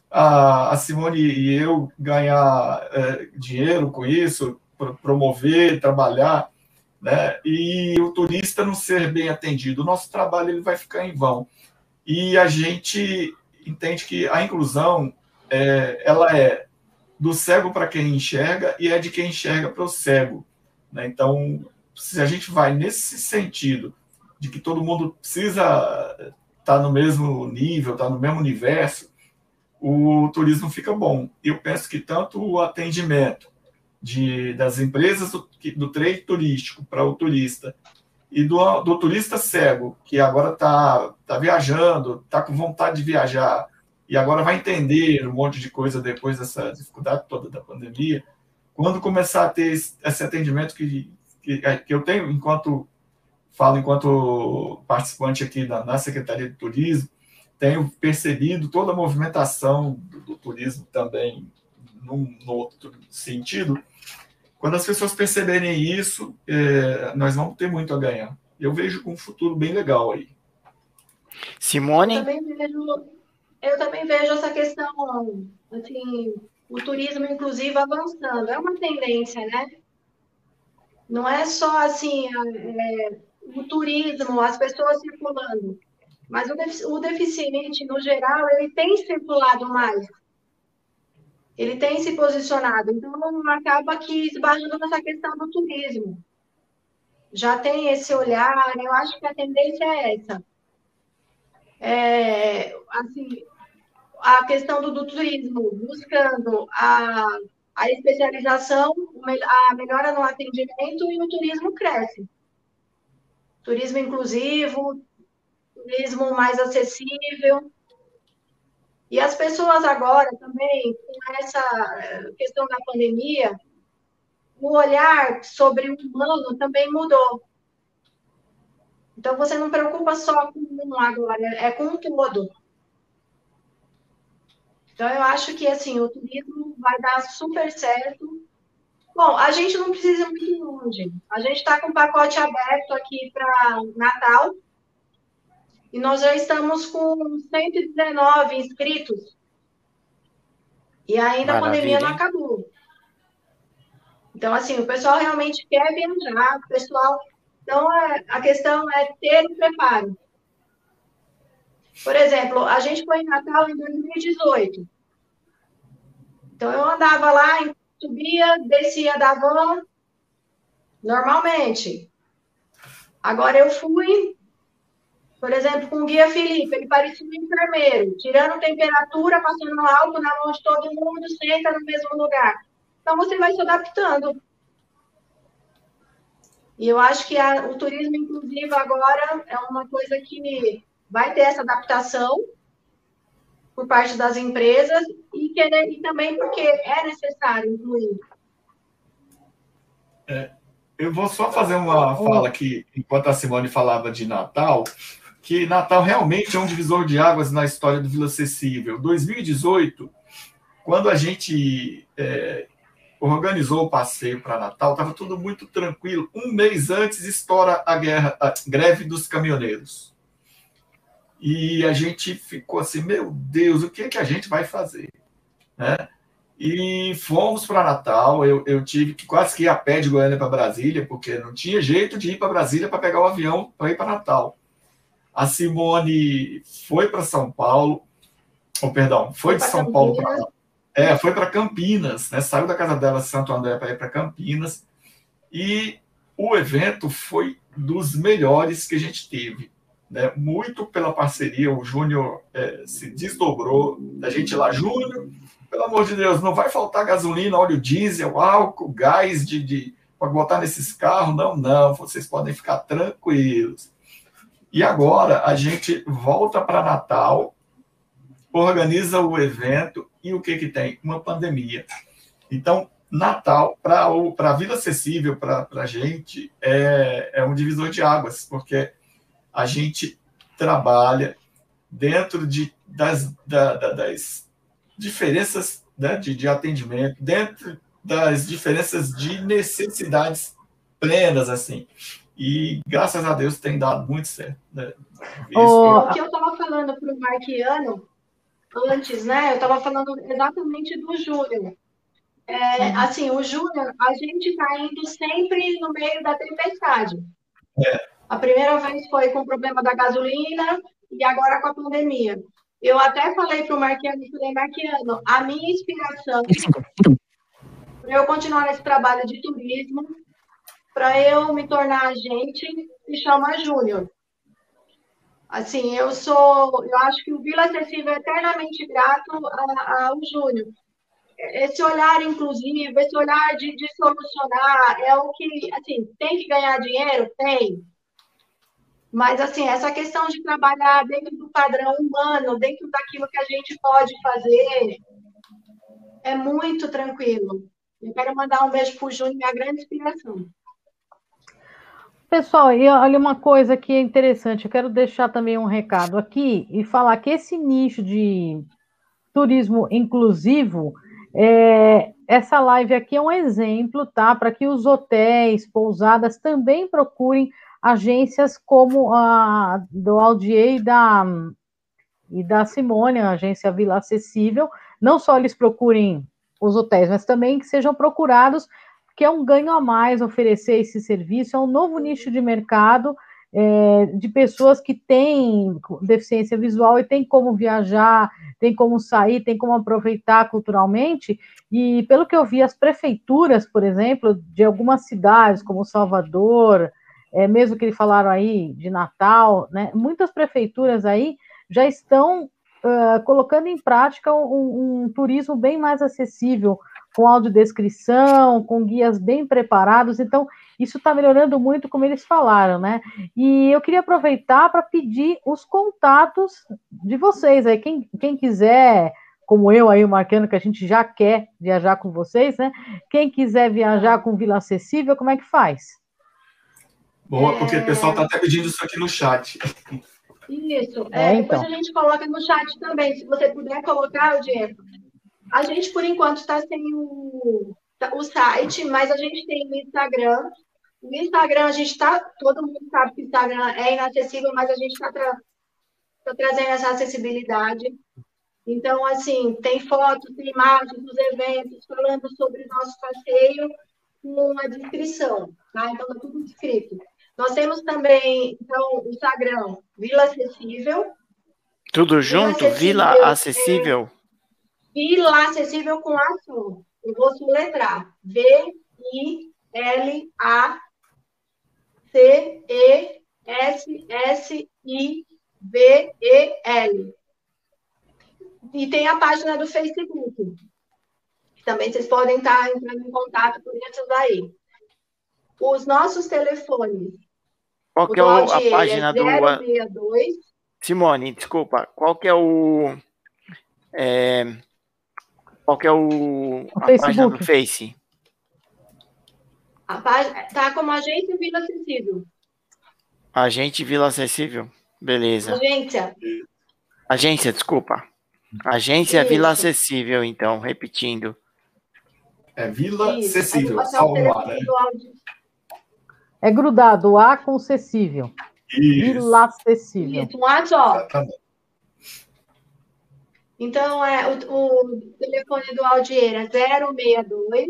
a Simone e eu ganhar dinheiro com isso, promover, trabalhar, né? E o turista não ser bem atendido. O nosso trabalho ele vai ficar em vão. E a gente entende que a inclusão ela é do cego para quem enxerga e é de quem enxerga para o cego, né? Então, se a gente vai nesse sentido de que todo mundo precisa estar no mesmo nível, estar no mesmo universo, o turismo fica bom. Eu penso que tanto o atendimento das empresas do trade turístico para o turista e do turista cego, que agora está viajando, está com vontade de viajar, e agora vai entender um monte de coisa depois dessa dificuldade toda da pandemia, quando começar a ter esse atendimento que eu tenho, enquanto participante aqui na Secretaria de Turismo, tenho percebido toda a movimentação do turismo também, no outro sentido. Quando as pessoas perceberem isso, nós vamos ter muito a ganhar. Eu vejo com um futuro bem legal aí. Simone? Eu também vejo essa questão, assim, o turismo inclusive avançando. É uma tendência, né? Não é só, assim, o turismo, as pessoas circulando, mas o deficiente, no geral, ele tem circulado mais. Ele tem se posicionado. Então, acaba que esbarrando nessa questão do turismo. Já tem esse olhar, eu acho que a tendência é essa. Assim, a questão do turismo, buscando a especialização, a melhora no atendimento, e o turismo cresce. Turismo inclusivo, turismo mais acessível. E as pessoas agora também, com essa questão da pandemia, o olhar sobre o humano também mudou. Então, você não preocupa só com um agora, é com o todo. Então, eu acho que, assim, o turismo vai dar super certo. Bom, a gente não precisa ir muito longe. A gente está com um pacote aberto aqui para Natal. E nós já estamos com 119 inscritos. E ainda a pandemia não acabou. Então, assim, o pessoal realmente quer viajar, o pessoal... Então, a questão é ter o preparo. Por exemplo, a gente foi em Natal em 2018. Então, eu andava lá, subia, descia da van, normalmente. Agora, eu fui, por exemplo, com o guia Felipe, ele parecia um enfermeiro, tirando temperatura, passando álcool na mão de todo mundo, senta no mesmo lugar. Então, você vai se adaptando. E eu acho que o turismo inclusivo agora é uma coisa que vai ter essa adaptação por parte das empresas e também porque é necessário incluir. Eu vou só fazer uma fala aqui, enquanto a Simone falava de Natal, que Natal realmente é um divisor de águas na história do Vila Acessível. 2018, quando a gente organizou o passeio para Natal, estava tudo muito tranquilo. Um mês antes estoura a greve dos caminhoneiros. E a gente ficou assim, meu Deus, o que é que a gente vai fazer? Né? E fomos para Natal. Eu tive que quase que ir a pé de Goiânia para Brasília, porque não tinha jeito de ir para Brasília para pegar o avião para ir para Natal. A Simone foi para São Paulo, foi de São Paulo para foi para Campinas, né? Saiu da casa dela, Santo André, para ir para Campinas, e o evento foi dos melhores que a gente teve, né? Muito pela parceria, o Júnior se desdobrou, da gente lá, Júnior, pelo amor de Deus, não vai faltar gasolina, óleo diesel, álcool, gás para botar nesses carros, não, vocês podem ficar tranquilos. E agora a gente volta para Natal, organiza o evento, e o que tem? Uma pandemia. Então, Natal, para a Vila Acessível, para a gente, é um divisor de águas, porque a gente trabalha dentro das diferenças, né, de atendimento, dentro das diferenças de necessidades plenas, assim. E, graças a Deus, tem dado muito certo. Né? O que eu estava falando para o Marquiano antes, né? Eu estava falando exatamente do Júnior. Assim, o Júnior, a gente está indo sempre no meio da tempestade. A primeira vez foi com o problema da gasolina e agora com a pandemia. Eu até falei para o Marquiano, Marquiano, a minha inspiração para eu continuar nesse trabalho de turismo, para eu me tornar agente, se chama Júnior. Assim, eu acho que o Vila Acessível é eternamente grato ao Júnior. Esse olhar inclusivo, esse olhar de solucionar, é o que, assim, tem que ganhar dinheiro? Tem. Mas, assim, essa questão de trabalhar dentro do padrão humano, dentro daquilo que a gente pode fazer, é muito tranquilo. Eu quero mandar um beijo para o Júnior, minha grande inspiração. Pessoal, e olha uma coisa que é interessante, eu quero deixar também um recado aqui e falar que esse nicho de turismo inclusivo, essa live aqui é um exemplo, tá? Para que os hotéis, pousadas também procurem agências como a do Aldier e da Simone, a agência Vila Acessível. Não só eles procurem os hotéis, mas também que sejam procurados, que é um ganho a mais oferecer esse serviço, é um novo nicho de mercado de pessoas que têm deficiência visual e têm como viajar, tem como sair, tem como aproveitar culturalmente. E pelo que eu vi, as prefeituras, por exemplo, de algumas cidades, como Salvador, mesmo que eles falaram aí de Natal, né, muitas prefeituras aí já estão colocando em prática um turismo bem mais acessível, com audiodescrição, com guias bem preparados. Então, isso está melhorando muito, como eles falaram, né? E eu queria aproveitar para pedir os contatos de vocês aí. Quem quiser, como eu aí, o Marquiano, que a gente já quer viajar com vocês, né? Quem quiser viajar com Vila Acessível, como é que faz? Boa, porque o pessoal está até pedindo isso aqui no chat. Isso. Então. Depois a gente coloca no chat também, se você puder colocar, o Diego. A gente, por enquanto, está sem o site, mas a gente tem o Instagram. No Instagram, a gente está... Todo mundo sabe que o Instagram é inacessível, mas a gente está trazendo essa acessibilidade. Então, assim, tem fotos, tem imagens dos eventos, falando sobre o nosso passeio, com uma descrição, tá? Então, está tudo escrito. Nós temos também, então, o Instagram, Vila Acessível. Tudo junto? Vila Acessível? Vila Acessível com ação. Eu vou soletrar. VILACESSIVEL. E tem a página do Facebook. Também vocês podem estar entrando em contato por isso daí. Os nossos telefones. Qual que é a página do... 062. Simone, desculpa. Qual que é a página do Face? A página está como Agência Vila Acessível. Agente Vila Acessível? Beleza. Agência, desculpa. Agência Vila Acessível, então, repetindo. Vila Acessível, só uma, né? É grudado, A com acessível. Isso. Vila Acessível. Isso, um A só. Então, o telefone do Aldier é 062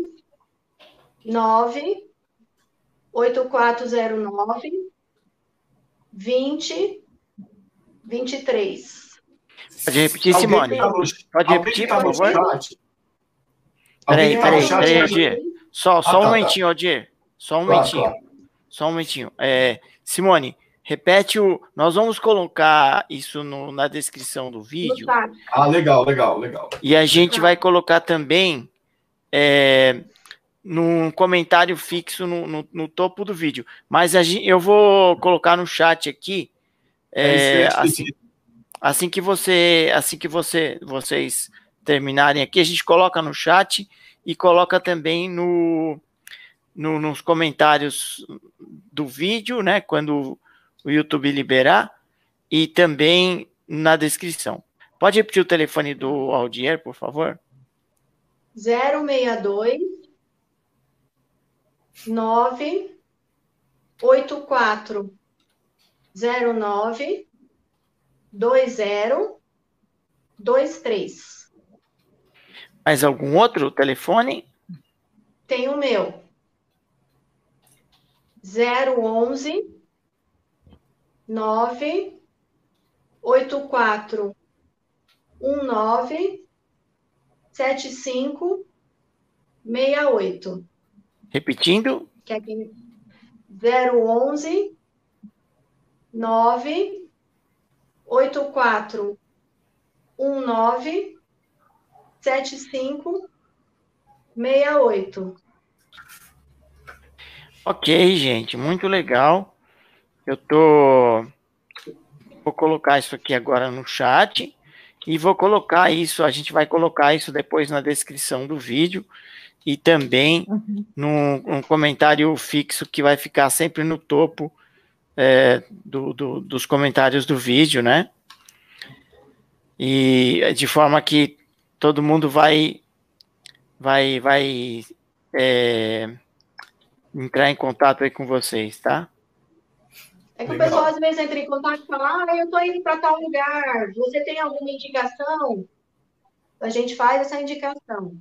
98409 2023. Pode repetir, Simone? Pode repetir, por favor? Peraí, Aldir. Só um momentinho, Aldir. Só um momentinho. Simone, repete nós vamos colocar isso na descrição do vídeo. Legal. E a gente vai colocar também num comentário fixo no topo do vídeo. Mas eu vou colocar no chat aqui. Assim que vocês terminarem aqui, a gente coloca no chat e coloca também nos comentários do vídeo, né? Quando o YouTube liberar, e também na descrição. Pode repetir o telefone do Aldier, por favor? 062 98409 2023. 23. Mais algum outro telefone? Tem o meu. 011 984 19 75 68. Repetindo. Que é 011 984 19 75 68. Ok, gente, muito legal. Vou colocar isso aqui agora no chat e vou colocar isso, a gente vai colocar isso depois na descrição do vídeo e também num comentário fixo que vai ficar sempre no topo dos comentários do vídeo, né? E de forma que todo mundo vai entrar em contato aí com vocês, tá? É que o pessoal às vezes entra em contato e fala, eu tô indo para tal lugar, você tem alguma indicação? A gente faz essa indicação.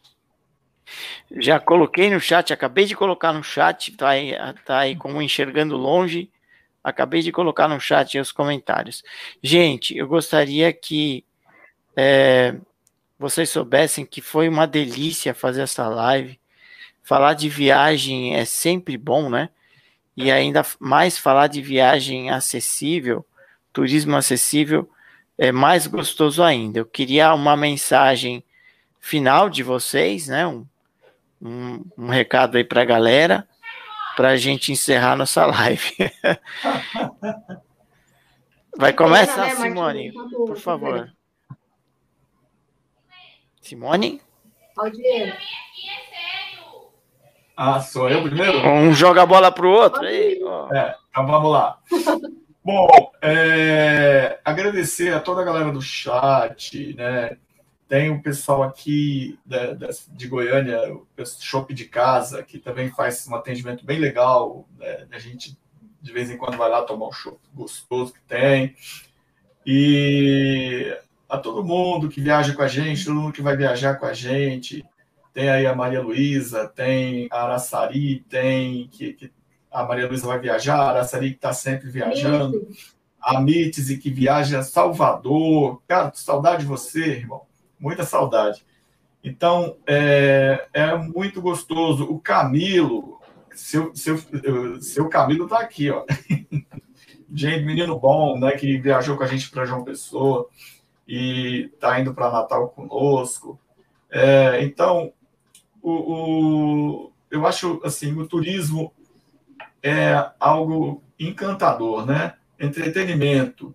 Já coloquei no chat, acabei de colocar no chat, tá aí como enxergando longe, acabei de colocar no chat os comentários. Gente, eu gostaria que vocês soubessem que foi uma delícia fazer essa live. Falar de viagem é sempre bom, né? E ainda mais falar de viagem acessível, turismo acessível, é mais gostoso ainda. Eu queria uma mensagem final de vocês, né? Um recado aí para a galera, para a gente encerrar nossa live. Vai começar, né, Simone, por favor. Simone? Aldier. Sou eu primeiro? Um joga a bola pro outro. Aí, então vamos lá. Bom, agradecer a toda a galera do chat, né? Tem o pessoal aqui de Goiânia, o Shopping de Casa, que também faz um atendimento bem legal, né? A gente, de vez em quando, vai lá tomar um chopp gostoso que tem. E a todo mundo que viaja com a gente, todo mundo que vai viajar com a gente. Tem aí a Maria Luísa, tem a Araçari, tem que a Maria Luísa vai viajar, a Araçari que está sempre viajando, a Mítise que viaja a Salvador. Cara, saudade de você, irmão. Muita saudade. Então, é muito gostoso. O Camilo, seu Camilo está aqui, ó. Gente, menino bom, né, que viajou com a gente para João Pessoa e está indo para Natal conosco. Então, eu acho assim, o turismo é algo encantador, né? Entretenimento,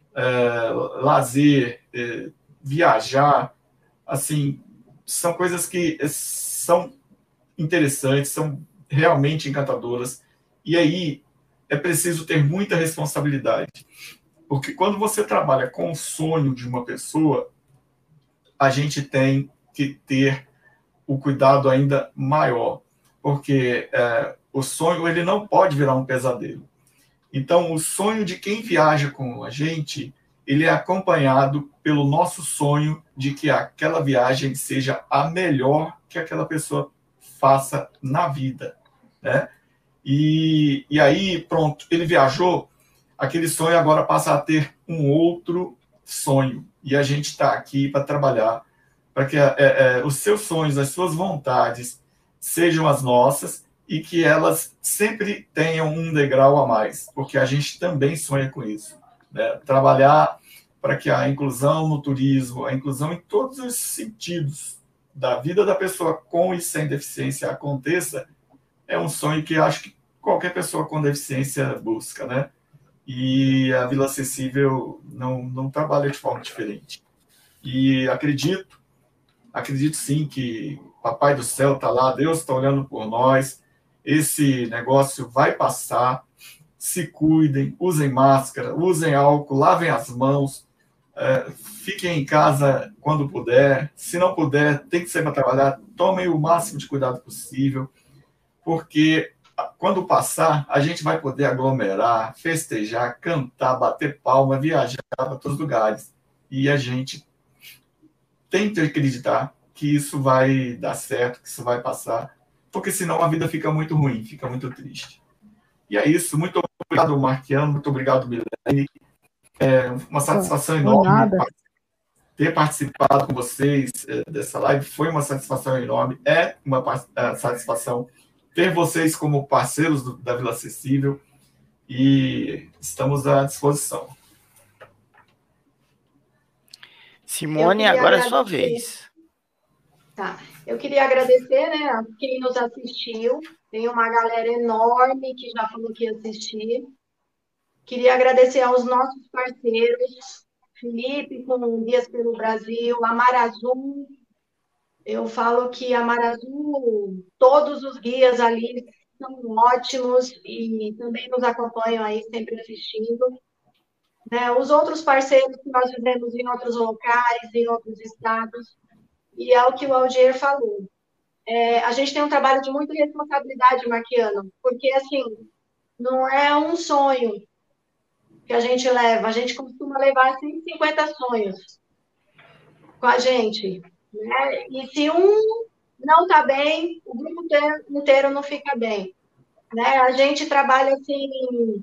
lazer, viajar, assim, são coisas que são interessantes, são realmente encantadoras. E aí é preciso ter muita responsabilidade, porque quando você trabalha com o sonho de uma pessoa, a gente tem que ter o cuidado ainda maior, porque o sonho ele não pode virar um pesadelo. Então, o sonho de quem viaja com a gente, ele é acompanhado pelo nosso sonho de que aquela viagem seja a melhor que aquela pessoa faça na vida, né? E aí, pronto, ele viajou, aquele sonho agora passa a ter um outro sonho, e a gente está aqui para trabalhar para que os seus sonhos, as suas vontades sejam as nossas e que elas sempre tenham um degrau a mais, porque a gente também sonha com isso, né? Trabalhar para que a inclusão no turismo, a inclusão em todos os sentidos da vida da pessoa com e sem deficiência aconteça, é um sonho que acho que qualquer pessoa com deficiência busca, né? E a Vila Acessível não trabalha de forma diferente. E acredito sim que Papai do Céu está lá, Deus está olhando por nós, esse negócio vai passar, se cuidem, usem máscara, usem álcool, lavem as mãos, fiquem em casa quando puder, se não puder, tem que sair para trabalhar, tomem o máximo de cuidado possível, porque quando passar, a gente vai poder aglomerar, festejar, cantar, bater palma, viajar para todos os lugares, e a gente tente acreditar que isso vai dar certo, que isso vai passar, porque senão a vida fica muito ruim, fica muito triste. E é isso. Muito obrigado, Marquiano. Muito obrigado, Milene. É uma satisfação enorme ter participado com vocês dessa live. Foi uma satisfação enorme. É uma satisfação ter vocês como parceiros da Vila Acessível. E estamos à disposição. Simone, agora é a sua vez. Tá. Eu queria agradecer, né, a quem nos assistiu. Tem uma galera enorme que já falou que ia assistir. Queria agradecer aos nossos parceiros, Felipe, com Guias pelo Brasil, a Mar Azul. Eu falo que a Mar Azul, todos os guias ali são ótimos e também nos acompanham aí, sempre assistindo. Né? Os outros parceiros que nós fizemos em outros locais, em outros estados, e é o que o Aldir falou. A gente tem um trabalho de muita responsabilidade, Marquiano, porque, assim, não é um sonho que a gente leva, a gente costuma levar 150 sonhos com a gente, né? E se um não está bem, o grupo inteiro não fica bem, né? A gente trabalha assim,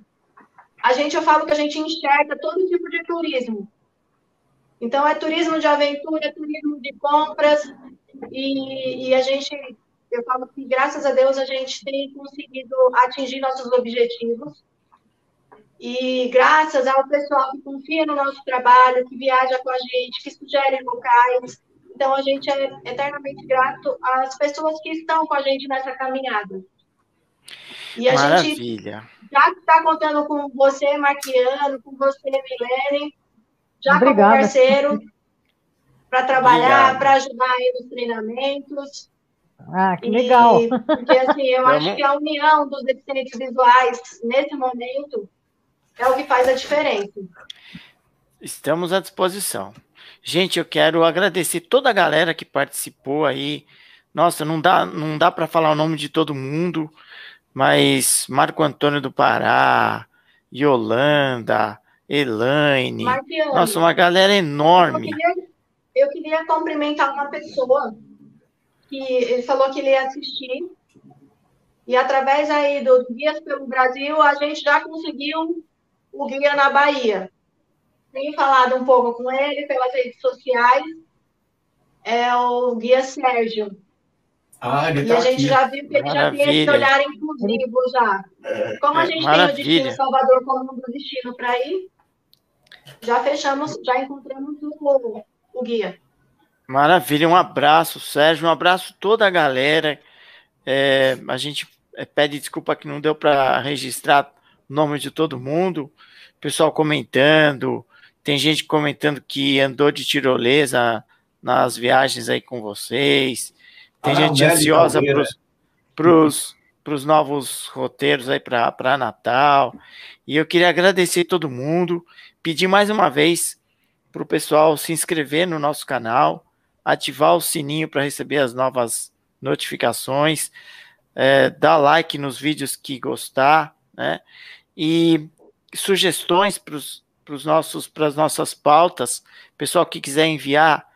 eu falo que a gente enxerga todo tipo de turismo. Então, é turismo de aventura, é turismo de compras, e a gente, eu falo que, graças a Deus, a gente tem conseguido atingir nossos objetivos. E graças ao pessoal que confia no nosso trabalho, que viaja com a gente, que sugere locais. Então, a gente é eternamente grato às pessoas que estão com a gente nessa caminhada. E a Maravilha. gente já está contando com você, Marquiano, com você, Milene, já como parceiro, para trabalhar, para ajudar aí nos treinamentos. Que legal. Porque, assim, eu acho que a união dos deficientes visuais, nesse momento, é o que faz a diferença. Estamos à disposição. Gente, eu quero agradecer toda a galera que participou aí. Nossa, não dá para falar o nome de todo mundo, mas Marco Antônio do Pará, Yolanda, Elaine. Marquiano, nossa, uma galera enorme. Eu queria cumprimentar uma pessoa que ele falou que ele ia assistir. E através aí do Guias pelo Brasil, a gente já conseguiu o guia na Bahia. Tenho falado um pouco com ele pelas redes sociais. É o guia Sérgio. Ele e a gente já viu que ele já tem esse olhar inclusivo já. Como a gente tem o destino Salvador como um destino para ir, já fechamos, já encontramos o guia. Maravilha, um abraço, Sérgio, um abraço toda a galera. A gente pede desculpa que não deu para registrar o nome de todo mundo. Pessoal comentando, tem gente comentando que andou de tirolesa nas viagens aí com vocês. Tem gente ansiosa para os novos roteiros aí para Natal. E eu queria agradecer todo mundo, pedir mais uma vez para o pessoal se inscrever no nosso canal, ativar o sininho para receber as novas notificações, dar like nos vídeos que gostar, né? E sugestões para as nossas pautas, pessoal que quiser enviar,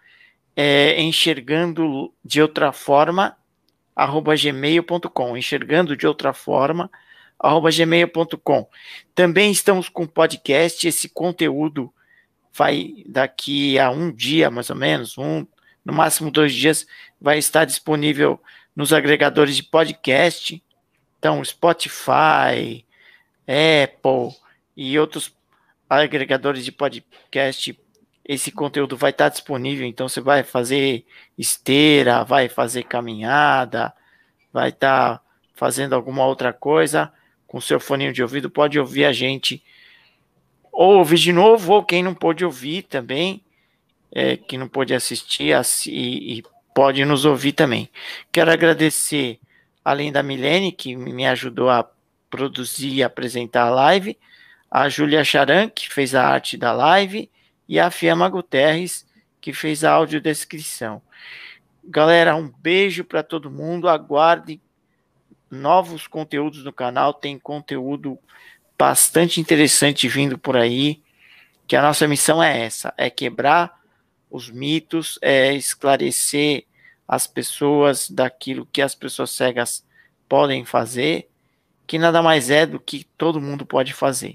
enxergando de outra forma @gmail.com, enxergando de outra forma @gmail.com. Também estamos com podcast, esse conteúdo vai daqui a um dia, mais ou menos, no máximo 2 dias, vai estar disponível nos agregadores de podcast, então Spotify, Apple e outros agregadores de podcast. Esse conteúdo vai estar disponível, então você vai fazer esteira, vai fazer caminhada, vai estar fazendo alguma outra coisa, com seu foninho de ouvido, pode ouvir a gente, ou ouvir de novo, ou quem não pôde ouvir também, que não pôde assistir, e pode nos ouvir também. Quero agradecer, além da Milene, que me ajudou a produzir e apresentar a live, a Júlia Charan, que fez a arte da live, e a Fiamma Guterres, que fez a audiodescrição. Galera, um beijo para todo mundo, aguardem novos conteúdos no canal, tem conteúdo bastante interessante vindo por aí, que a nossa missão é essa, é quebrar os mitos, é esclarecer as pessoas daquilo que as pessoas cegas podem fazer, que nada mais é do que todo mundo pode fazer.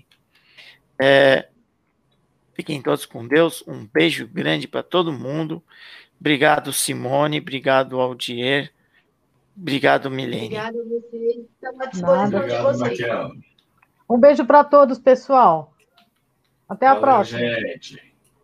Fiquem todos com Deus, um beijo grande para todo mundo. Obrigado, Simone, obrigado, Aldier, obrigado, Milene. Obrigada a vocês, estamos à disposição de Obrigado, vocês. Marquiano. Um beijo para todos, pessoal. Até a Valeu, próxima. gente.